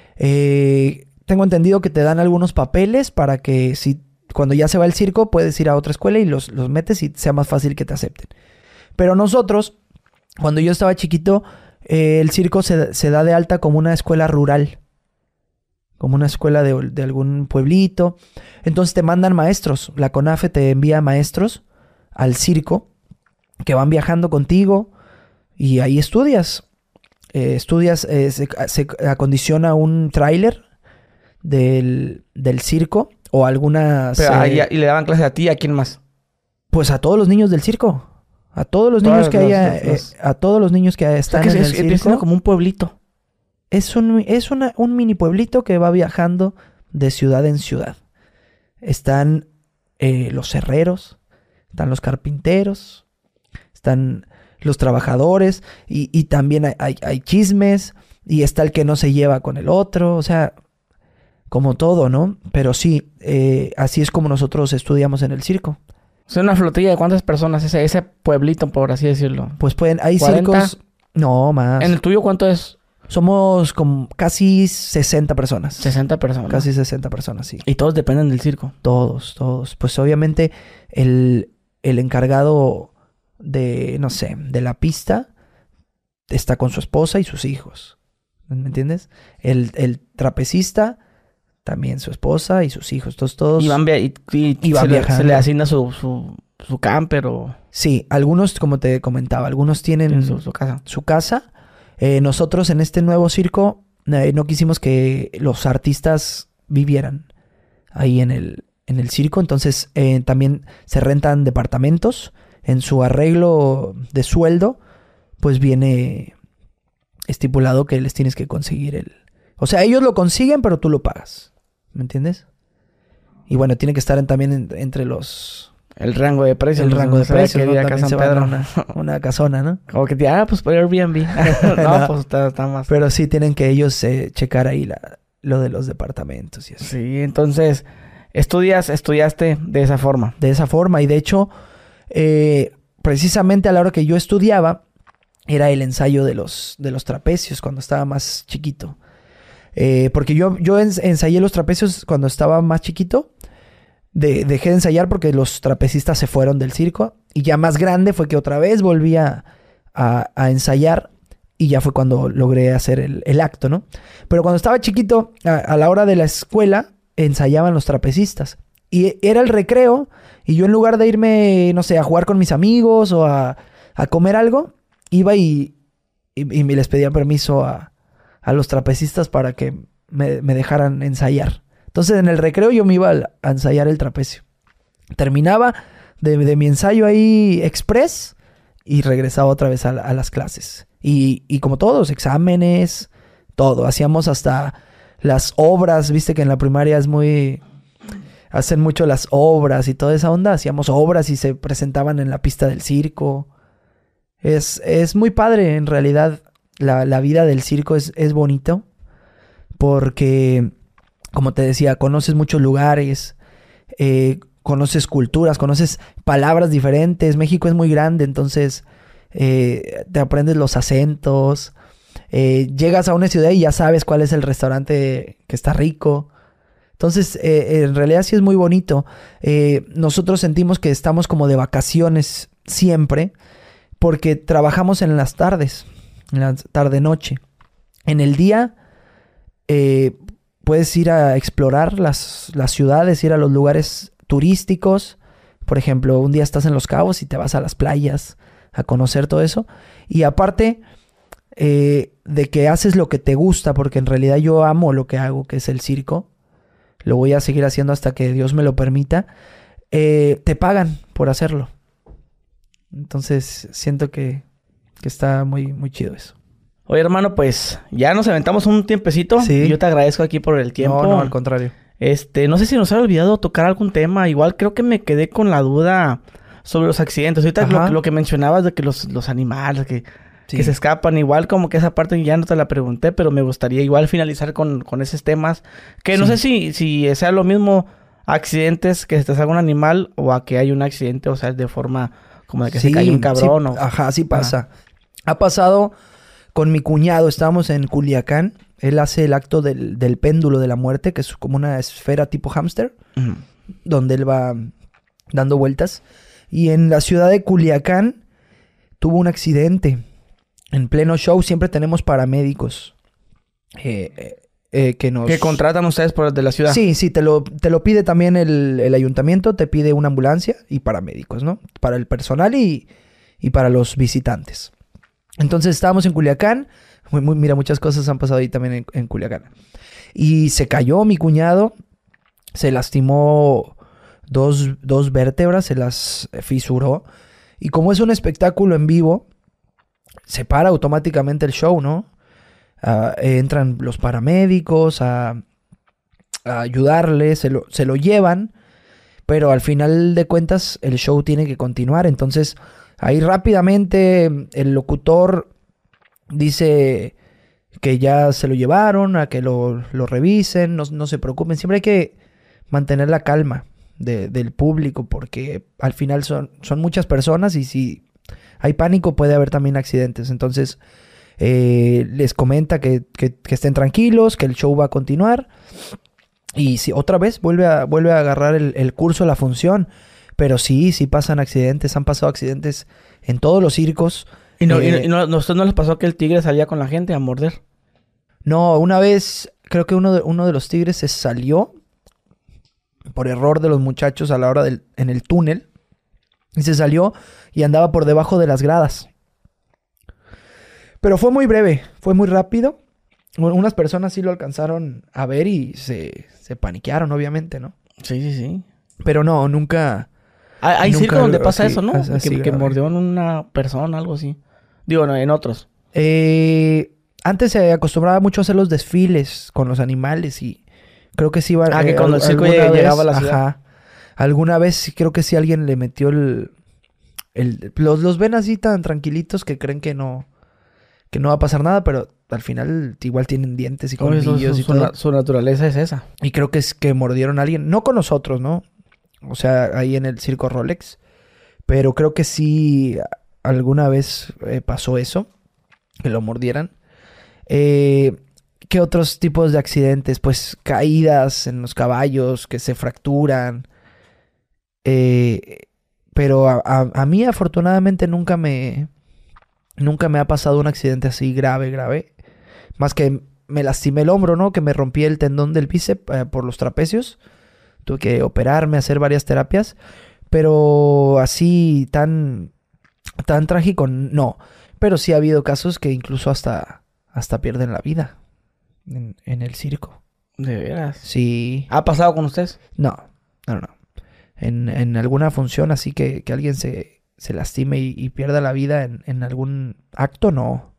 Tengo entendido que te dan algunos papeles para que cuando ya se va el circo puedes ir a otra escuela y los metes y sea más fácil que te acepten. Pero nosotros, cuando yo estaba chiquito, el circo se da de alta como una escuela rural. Como una escuela de algún pueblito. Entonces te mandan maestros. La CONAFE te envía maestros al circo que van viajando contigo y ahí estudias. Se acondiciona un tráiler del circo o algunas... Pero ¿y le daban clase a ti? ¿A quién más? Pues a todos los niños del circo. A todos los niños a todos los niños que están en el circo. Es como un pueblito. Es un mini pueblito que va viajando de ciudad en ciudad. Están los herreros, están los carpinteros, están los trabajadores y también hay chismes y está el que no se lleva con el otro, o sea, como todo, ¿no? Pero sí, así es como nosotros estudiamos en el circo. ¿Es una flotilla de cuántas personas ese pueblito, por así decirlo? Pues hay 40. circos... No, más. ¿En el tuyo cuánto es? Somos como casi 60 personas. 60 personas. Casi 60 personas, sí. Y todos dependen del circo. Todos. Pues obviamente el encargado de, no sé, de la pista está con su esposa y sus hijos. ¿Me entiendes? El trapecista, también su esposa y sus hijos. Todos. Y van viajando. Se le asigna su camper o... Sí, algunos, como te comentaba, algunos tienen su casa. Nosotros en este nuevo circo no quisimos que los artistas vivieran ahí en el circo. Entonces también se rentan departamentos. En su arreglo de sueldo, pues viene estipulado que les tienes que conseguir O sea, ellos lo consiguen, pero tú lo pagas. ¿Me entiendes? Y bueno, tiene que estar también entre los... El rango de precios. El rango de precios, ¿no? También se va una casona, ¿no? Como que pues por Airbnb. No, pues está más. Pero sí tienen que ellos checar ahí lo de los departamentos y eso. Sí, entonces estudiaste de esa forma. De esa forma. Y de hecho, precisamente a la hora que yo estudiaba, era el ensayo de los trapecios cuando estaba más chiquito. Porque yo ensayé los trapecios cuando estaba más chiquito. Dejé de ensayar porque los trapecistas se fueron del circo. Y ya más grande fue que otra vez volví a ensayar. Y ya fue cuando logré hacer el acto, ¿no? Pero cuando estaba chiquito, a la hora de la escuela, ensayaban los trapecistas. Y era el recreo. Y yo en lugar de irme, no sé, a jugar con mis amigos o a comer algo, iba y me les pedía permiso a los trapecistas para que me dejaran ensayar. Entonces en el recreo yo me iba a ensayar el trapecio. Terminaba, de mi ensayo ahí express y regresaba otra vez a las clases. Y como todos, exámenes, todo. Hacíamos hasta las obras, viste que en la primaria es muy... Hacen mucho las obras y toda esa onda. Hacíamos obras y se presentaban en la pista del circo. Es muy padre, en realidad. La vida del circo es bonito. Porque, como te decía, conoces muchos lugares. Conoces culturas, conoces palabras diferentes. México es muy grande, entonces te aprendes los acentos. Llegas a una ciudad y ya sabes cuál es el restaurante que está rico. Entonces, en realidad sí es muy bonito. Nosotros sentimos que estamos como de vacaciones siempre porque trabajamos en las tardes, en la tarde-noche. En el día puedes ir a explorar las ciudades, ir a los lugares turísticos. Por ejemplo, un día estás en Los Cabos y te vas a las playas a conocer todo eso. Y aparte de que haces lo que te gusta, porque en realidad yo amo lo que hago, que es el circo. Lo voy a seguir haciendo hasta que Dios me lo permita. Te pagan por hacerlo. Entonces siento que está muy, muy chido eso. Oye, hermano, pues ya nos aventamos un tiempecito. Sí. Yo te agradezco aquí por el tiempo. No, al contrario. No sé si nos ha olvidado tocar algún tema. Igual creo que me quedé con la duda sobre los accidentes. Ahorita lo que mencionabas de que los animales que se escapan. Igual como que esa parte ya no te la pregunté, pero me gustaría igual finalizar con esos temas. Que no sé si sea lo mismo accidentes que se te salga un animal o a que hay un accidente, o sea, de forma como de que se cae un cabrón. Sí, sí pasa. Ha pasado con mi cuñado. Estábamos en Culiacán. Él hace el acto del péndulo de la muerte, que es como una esfera tipo hámster, donde él va dando vueltas. Y en la ciudad de Culiacán tuvo un accidente. En pleno show siempre tenemos paramédicos que contratan ustedes por de la ciudad. Sí, te lo pide también el ayuntamiento, te pide una ambulancia y paramédicos, ¿no? Para el personal y para los visitantes. Entonces estábamos en Culiacán. Mira, muchas cosas han pasado ahí también en Culiacán. Y se cayó mi cuñado, se lastimó dos vértebras, se las fisuró. Y como es un espectáculo en vivo, se para automáticamente el show, ¿no? Entran los paramédicos a ayudarle, se lo llevan, pero al final de cuentas el show tiene que continuar. Entonces ahí rápidamente el locutor dice que ya se lo llevaron, a que lo revisen, no se preocupen. Siempre hay que mantener la calma del público, porque al final son muchas personas y si hay pánico puede haber también accidentes. Entonces les comenta que estén tranquilos, que el show va a continuar. Y si otra vez vuelve a agarrar el curso, la función. Pero sí pasan accidentes, han pasado accidentes en todos los circos. ¿Y no les pasó que el tigre salía con la gente a morder? No, una vez creo que uno de los tigres se salió por error de los muchachos a la hora en el túnel. Y se salió y andaba por debajo de las gradas. Pero fue muy breve, fue muy rápido. Unas personas sí lo alcanzaron a ver y se paniquearon, obviamente, ¿no? Sí. Pero no, nunca... Hay circos donde pasa eso, ¿no? Así, que mordió en una persona, algo así. Digo, no, en otros. Antes se acostumbraba mucho a hacer los desfiles con los animales y creo que sí iba... que cuando el circo llegaba a la ciudad. Ajá. Alguna vez creo que sí alguien le metió los ven así tan tranquilitos que creen que no va a pasar nada, pero al final igual tienen dientes y colmillos y todo. Su naturaleza es esa. Y creo que es que mordieron a alguien. No con nosotros, ¿no? O sea, ahí en el circo Rolex. Pero creo que sí alguna vez pasó eso. Que lo mordieran. ¿Qué otros tipos de accidentes? Pues caídas en los caballos que se fracturan. Pero a mí afortunadamente nunca me ha pasado un accidente así grave. Más que me lastimé el hombro, ¿no? Que me rompí el tendón del bíceps por los trapecios. Tuve que operarme, hacer varias terapias. Pero así tan trágico, no. Pero sí ha habido casos que incluso hasta pierden la vida en el circo. ¿De veras? Sí. ¿Ha pasado con ustedes? No. en alguna función, así que alguien se lastime y pierda la vida en algún acto, no.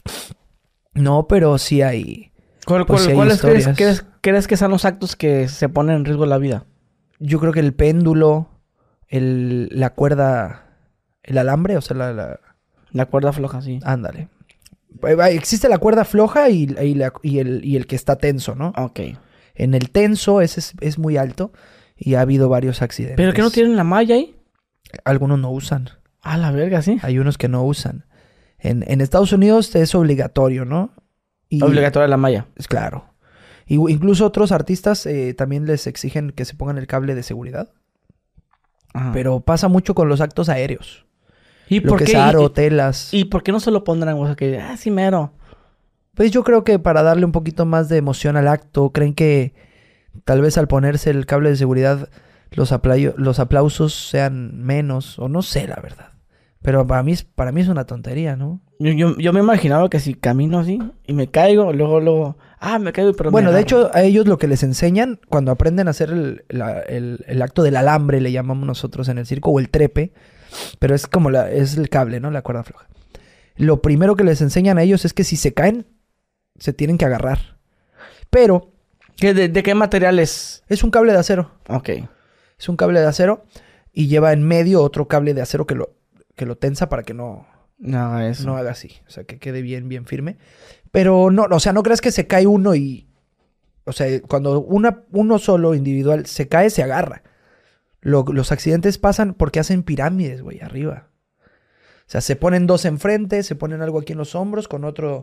No, pero sí hay... ¿Cuáles crees que son los actos que se ponen en riesgo la vida? Yo creo que el péndulo, la cuerda, el alambre, o sea, la cuerda floja, sí. Ándale. Existe la cuerda floja y el que está tenso, ¿no? Ok. En el tenso ese es muy alto y ha habido varios accidentes. ¿Pero que no tienen la malla ahí? Algunos no usan. Ah, la verga, sí. Hay unos que no usan. En Estados Unidos es obligatorio, ¿no? Obligatoria la malla. Es claro. Incluso otros artistas también les exigen que se pongan el cable de seguridad. Ajá. Pero pasa mucho con los actos aéreos. ¿Y lo por que qué? Es aro, telas. ¿Y por qué no se lo pondrán? O sea, que, sí mero. Pues yo creo que para darle un poquito más de emoción al acto, creen que tal vez al ponerse el cable de seguridad los aplausos sean menos, o no sé, la verdad. Pero para mí es una tontería, ¿no? Yo me imaginaba que si camino así y me caigo, luego... me caigo, pero bueno, de hecho, a ellos lo que les enseñan cuando aprenden a hacer el acto del alambre, le llamamos nosotros en el circo, o el trepe, pero es como es el cable, ¿no? La cuerda floja. Lo primero que les enseñan a ellos es que si se caen, se tienen que agarrar. Pero... ¿De qué material es? Es un cable de acero. Ok. Es un cable de acero y lleva en medio otro cable de acero que lo tensa para que no haga eso. No haga así. O sea, que quede bien firme. Pero no, o sea, no creas que se cae uno y... O sea, cuando uno solo individual se cae, se agarra. Los accidentes pasan porque hacen pirámides, güey, arriba. O sea, se ponen dos enfrente, se ponen algo aquí en los hombros con otro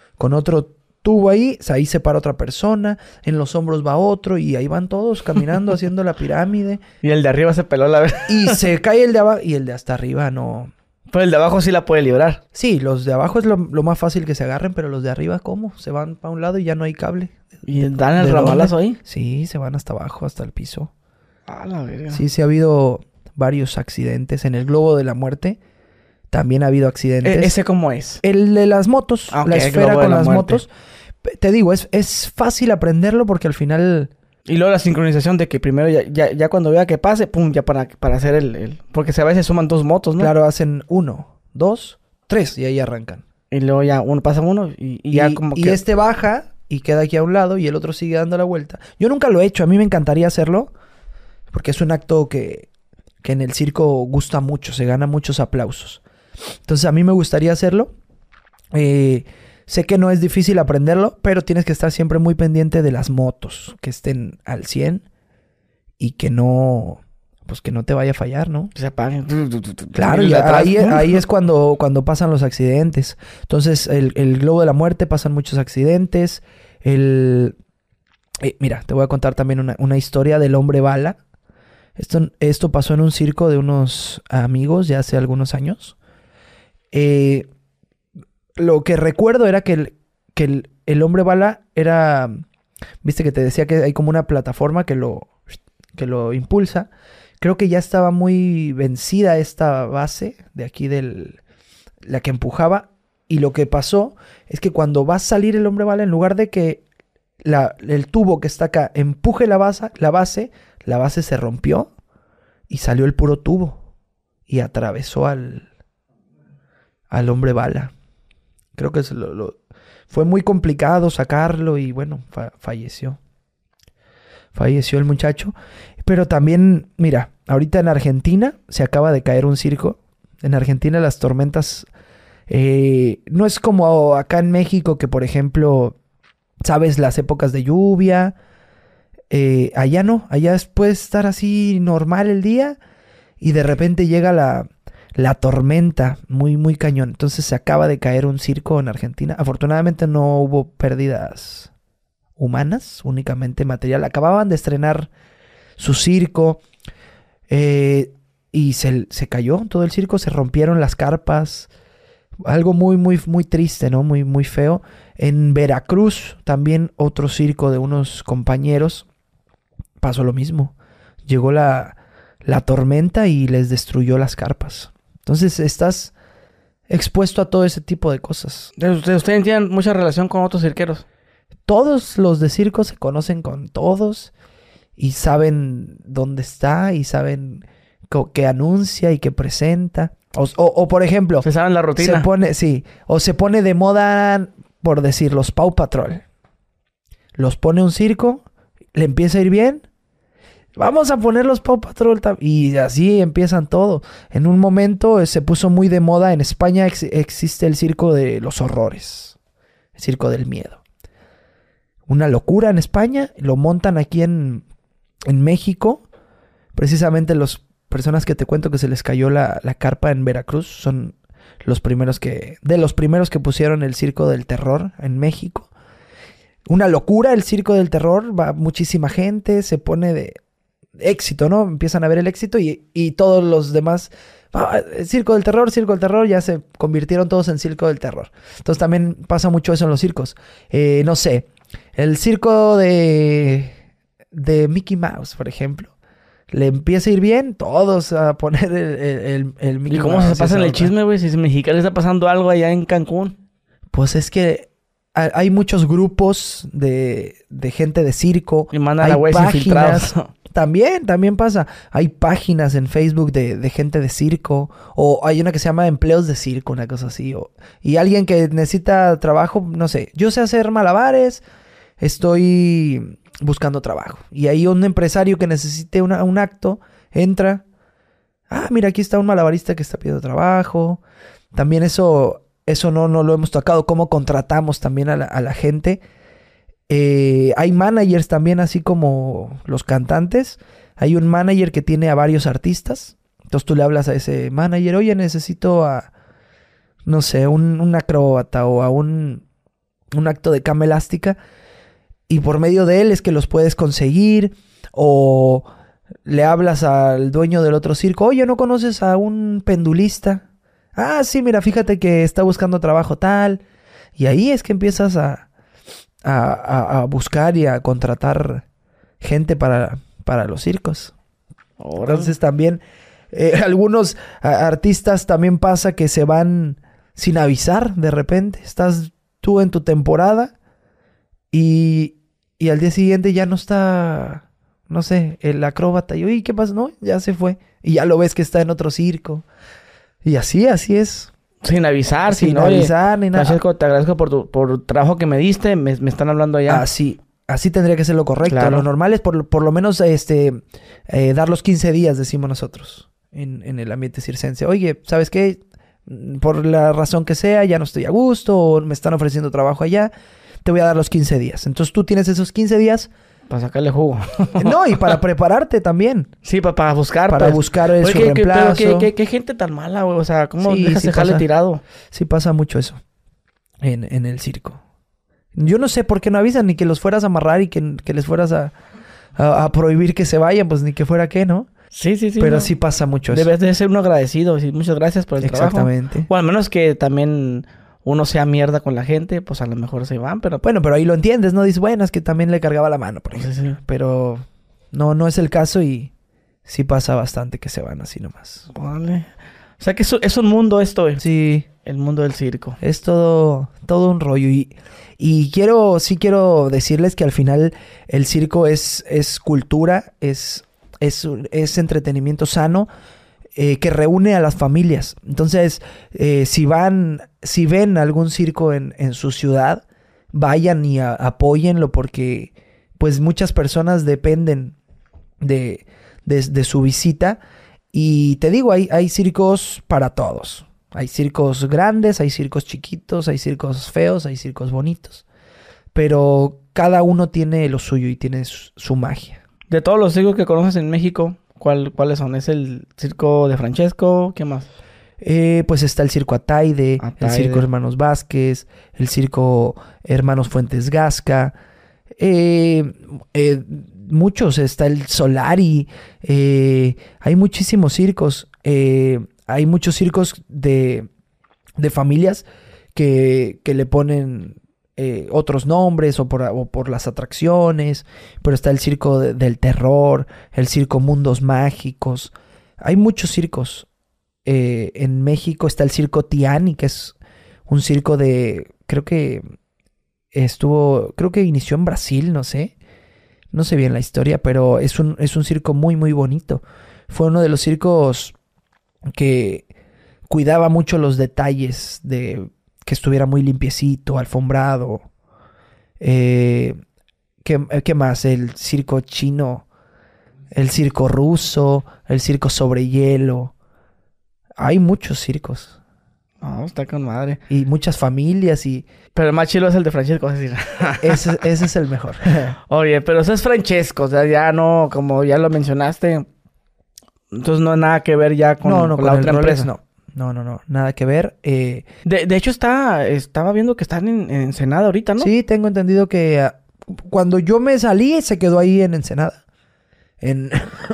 tubo ahí. O sea, ahí se para otra persona, en los hombros va otro y ahí van todos caminando haciendo la pirámide. Y el de arriba se peló la vez. Y se cae el de abajo y el de hasta arriba no... Pero el de abajo sí la puede librar. Sí, los de abajo es lo más fácil que se agarren, pero los de arriba, ¿cómo? Se van para un lado y ya no hay cable. ¿Y dan el ramalazo ahí? Sí, se van hasta abajo, hasta el piso. Ah, la verga. Sí, ha habido varios accidentes. En el Globo de la Muerte también ha habido accidentes. ¿Ese cómo es? El de las motos, la esfera con las motos. Te digo, es fácil aprenderlo porque al final... Y luego la sincronización de que primero ya cuando vea que pase, pum, ya para hacer el... Porque a veces suman dos motos, ¿no? Claro, hacen 1, 2, 3 y ahí arrancan. Y luego ya uno pasa uno y ya como que... Y este baja y queda aquí a un lado y el otro sigue dando la vuelta. Yo nunca lo he hecho, a mí me encantaría hacerlo porque es un acto que en el circo gusta mucho, se gana muchos aplausos. Entonces a mí me gustaría hacerlo. Sé que no es difícil aprenderlo, pero tienes que estar siempre muy pendiente de las motos, que estén al 100 y que no te vaya a fallar, ¿no? Que se apaguen. Claro, y ahí es cuando pasan los accidentes. Entonces, el Globo de la Muerte pasan muchos accidentes. Mira, te voy a contar también una historia del hombre bala. Esto pasó en un circo de unos amigos ya hace algunos años. Lo que recuerdo era que el hombre bala era... Viste que te decía que hay como una plataforma que lo impulsa. Creo que ya estaba muy vencida esta base de aquí la que empujaba. Y lo que pasó es que cuando va a salir el hombre bala, en lugar de que el tubo que está acá empuje la base se rompió y salió el puro tubo. Y atravesó al hombre bala. Creo que fue muy complicado sacarlo y bueno, falleció. Falleció el muchacho. Pero también, mira, ahorita en Argentina se acaba de caer un circo. En Argentina las tormentas... no es como acá en México que, por ejemplo, sabes las épocas de lluvia. Allá no. Allá puede estar así normal el día y de repente llega la tormenta muy, muy cañón. Entonces se acaba de caer un circo en Argentina. Afortunadamente no hubo pérdidas humanas, únicamente material. Acababan de estrenar su circo y se cayó todo el circo. Se rompieron las carpas. Algo muy, muy, muy triste, ¿no? Muy, muy feo. En Veracruz también otro circo de unos compañeros pasó lo mismo. Llegó la tormenta y les destruyó las carpas. Entonces estás expuesto a todo ese tipo de cosas. ¿Ustedes tienen mucha relación con otros cirqueros? Todos los de circo se conocen con todos y saben dónde está y saben qué anuncia y qué presenta. O por ejemplo... Se saben la rutina. Se pone de moda, por decir, los Paw Patrol. Los pone un circo, le empieza a ir bien. Vamos a poner los Paw Patrol. Y así empiezan todo. En un momento se puso muy de moda. En España existe el circo de los horrores. El circo del miedo. Una locura en España. Lo montan aquí en México. Precisamente las personas que te cuento que se les cayó la carpa en Veracruz son de los primeros que pusieron el circo del terror en México. Una locura el circo del terror. Va muchísima gente. Se pone de éxito, ¿no? Empiezan a ver el éxito y todos los demás... circo del terror, ya se convirtieron todos en circo del terror. Entonces también pasa mucho eso en los circos. No sé, el circo de Mickey Mouse, por ejemplo. Le empieza a ir bien, todos a poner el Mickey Mouse. ¿Y cómo se pasa en el chisme, güey? Si en Mexicali está pasando algo allá en Cancún. Pues es que hay muchos grupos de gente de circo. Y mandan a güeyes infiltrados. También pasa. Hay páginas en Facebook de gente de circo. O hay una que se llama Empleos de Circo, una cosa así. Y alguien que necesita trabajo, no sé. Yo sé hacer malabares. Estoy buscando trabajo. Y ahí un empresario que necesite un acto entra. Mira, aquí está un malabarista que está pidiendo trabajo. También eso no lo hemos tocado. Cómo contratamos también a la gente. Hay managers también, así como los cantantes. Hay un manager que tiene a varios artistas. Entonces tú le hablas a ese manager. Oye, necesito no sé, un acróbata o a un acto de cama elástica. Y por medio de él es que los puedes conseguir. O le hablas al dueño del otro circo. Oye, ¿no conoces a un pendulista? Sí, mira, fíjate que está buscando trabajo tal. Y ahí es que empiezas a buscar y a contratar gente para los circos. Entonces también algunos artistas también pasa que se van sin avisar de repente. Estás tú en tu temporada y al día siguiente ya no está, no sé, el acróbata. Y oye, ¿qué pasa? No, ya se fue. Y ya lo ves que está en otro circo. Y así es. Sin avisar, sin avisar ni nada. Francesco, te agradezco por el trabajo que me diste. Me están hablando allá. Así tendría que ser lo correcto. Claro. Lo normal es por lo menos dar los 15 días, decimos nosotros, en el ambiente circense. Oye, ¿sabes qué? Por la razón que sea, ya no estoy a gusto o me están ofreciendo trabajo allá. Te voy a dar los 15 días. Entonces tú tienes esos 15 días... Para sacarle jugo. No, y para prepararte también. Sí, para buscar. Para buscar su reemplazo. ¿Qué gente tan mala, güey? O sea, ¿cómo Sí, dejas dejarle tirado? Sí pasa mucho eso en el circo. Yo no sé por qué no avisan ni que los fueras a amarrar y que les fueras a prohibir que se vayan, pues ni que fuera qué, ¿no? Sí. Pero sí pasa mucho eso. Debes de ser uno agradecido. Sí, muchas gracias por el trabajo. Exactamente. O al menos que también... uno sea mierda con la gente, pues a lo mejor se van, pero... Bueno, pero ahí lo entiendes, ¿no? Dices, bueno, es que también le cargaba la mano, por ejemplo. Sí. Pero no es el caso y sí pasa bastante que se van así nomás. Vale. O sea que es un mundo esto, güey. Sí. El mundo del circo. Es todo un rollo. Y quiero decirles que al final el circo es cultura, es entretenimiento sano, que reúne a las familias. Entonces, si ven algún circo en su ciudad, vayan y apóyenlo porque pues muchas personas dependen de su visita. Y te digo, hay circos para todos. Hay circos grandes, hay circos chiquitos, hay circos feos, hay circos bonitos. Pero cada uno tiene lo suyo y tiene su magia. De todos los circos que conoces en México, ¿cuáles son? ¿Es el circo de Francesco? ¿Qué más? Pues está el circo Ataide, el circo Hermanos Vázquez, el circo Hermanos Fuentes Gasca. Muchos, está el Solari. Hay muchísimos circos. Hay muchos circos de familias que le ponen otros nombres o por las atracciones. Pero está el circo del terror, el circo Mundos Mágicos. Hay muchos circos. En México está el circo Tiani, que es un circo creo que inició en Brasil, no sé. No sé bien la historia, pero es un circo muy, muy bonito. Fue uno de los circos que cuidaba mucho los detalles de que estuviera muy limpiecito, alfombrado. ¿Qué más? El circo chino, el circo ruso, el circo sobre hielo. Hay muchos circos. No, está con madre. Y muchas familias y... Pero el más chido es el de Francesco, es decir. ese es el mejor. Oye, pero ese es Francesco, o sea, ya no, como ya lo mencionaste, entonces no hay nada que ver ya con, con la otra empresa. No, nada que ver. De hecho, estaba viendo que están en Ensenada ahorita, ¿no? Sí, tengo entendido que cuando yo me salí, se quedó ahí en Ensenada. En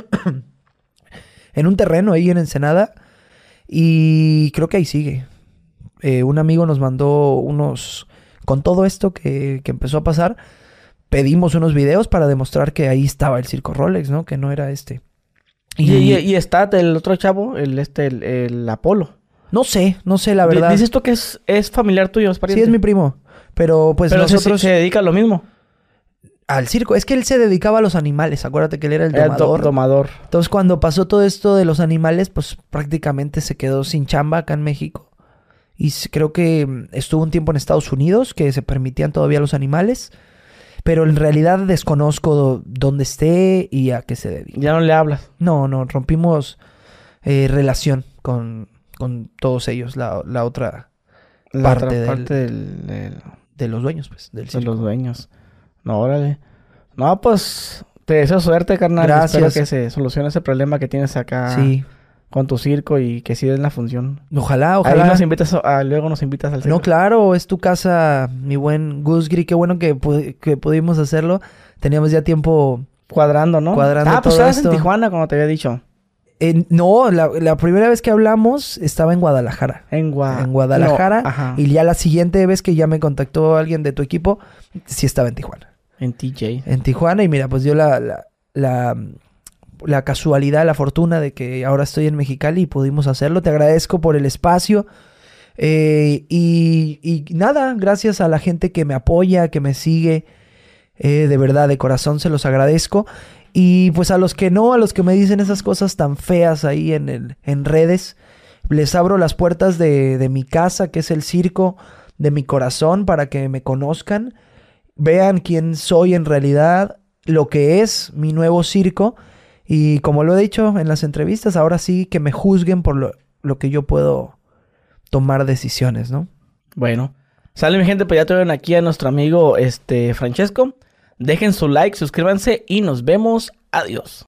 un terreno ahí en Ensenada. Y creo que ahí sigue. Un amigo nos mandó unos... Con todo esto que empezó a pasar, pedimos unos videos para demostrar que ahí estaba el circo Rolex, ¿no? Que no era este. Y está el otro chavo, el Apolo. No sé, la verdad. ¿Dices tú que es familiar tuyo, es pariente? Sí, es mi primo. Pero pues pero nosotros... se dedica a lo mismo. Al circo. Es que él se dedicaba a los animales. Acuérdate que él era el domador. Domador. Entonces, cuando pasó todo esto de los animales, pues prácticamente se quedó sin chamba acá en México. Y creo que estuvo un tiempo en Estados Unidos, que se permitían todavía los animales. Pero en realidad desconozco dónde esté y a qué se dedica. ¿Ya no le hablas? No, rompimos relación con todos ellos. La otra parte de los dueños, pues, del circo. De los dueños. No, órale. No, pues, te deseo suerte, carnal. Gracias. Espero que se solucione ese problema que tienes acá con tu circo y que sigas en la función. Ojalá. Ahí luego nos invitas al circo. No, claro, es tu casa, mi buen Gusgri. Qué bueno que pudimos hacerlo. Teníamos ya tiempo... Cuadrando, ¿no? Pues todo estabas en Tijuana, como te había dicho. No, la primera vez que hablamos estaba en Guadalajara. En Guadalajara. No, y ya la siguiente vez que ya me contactó alguien de tu equipo, sí estaba en Tijuana. En TJ. En Tijuana. Y mira, pues dio la casualidad, la fortuna de que ahora estoy en Mexicali y pudimos hacerlo. Te agradezco por el espacio. Y nada, gracias a la gente que me apoya, que me sigue. De verdad, de corazón se los agradezco. Y pues a los que me dicen esas cosas tan feas ahí en redes, les abro las puertas de mi casa, que es el circo, de mi corazón, para que me conozcan, vean quién soy en realidad, lo que es mi nuevo circo. Y como lo he dicho en las entrevistas, ahora sí que me juzguen por lo que yo puedo tomar decisiones, ¿no? Bueno, sale mi gente, pues ya tuvieron aquí a nuestro amigo Francesco. Dejen su like, suscríbanse y nos vemos. Adiós.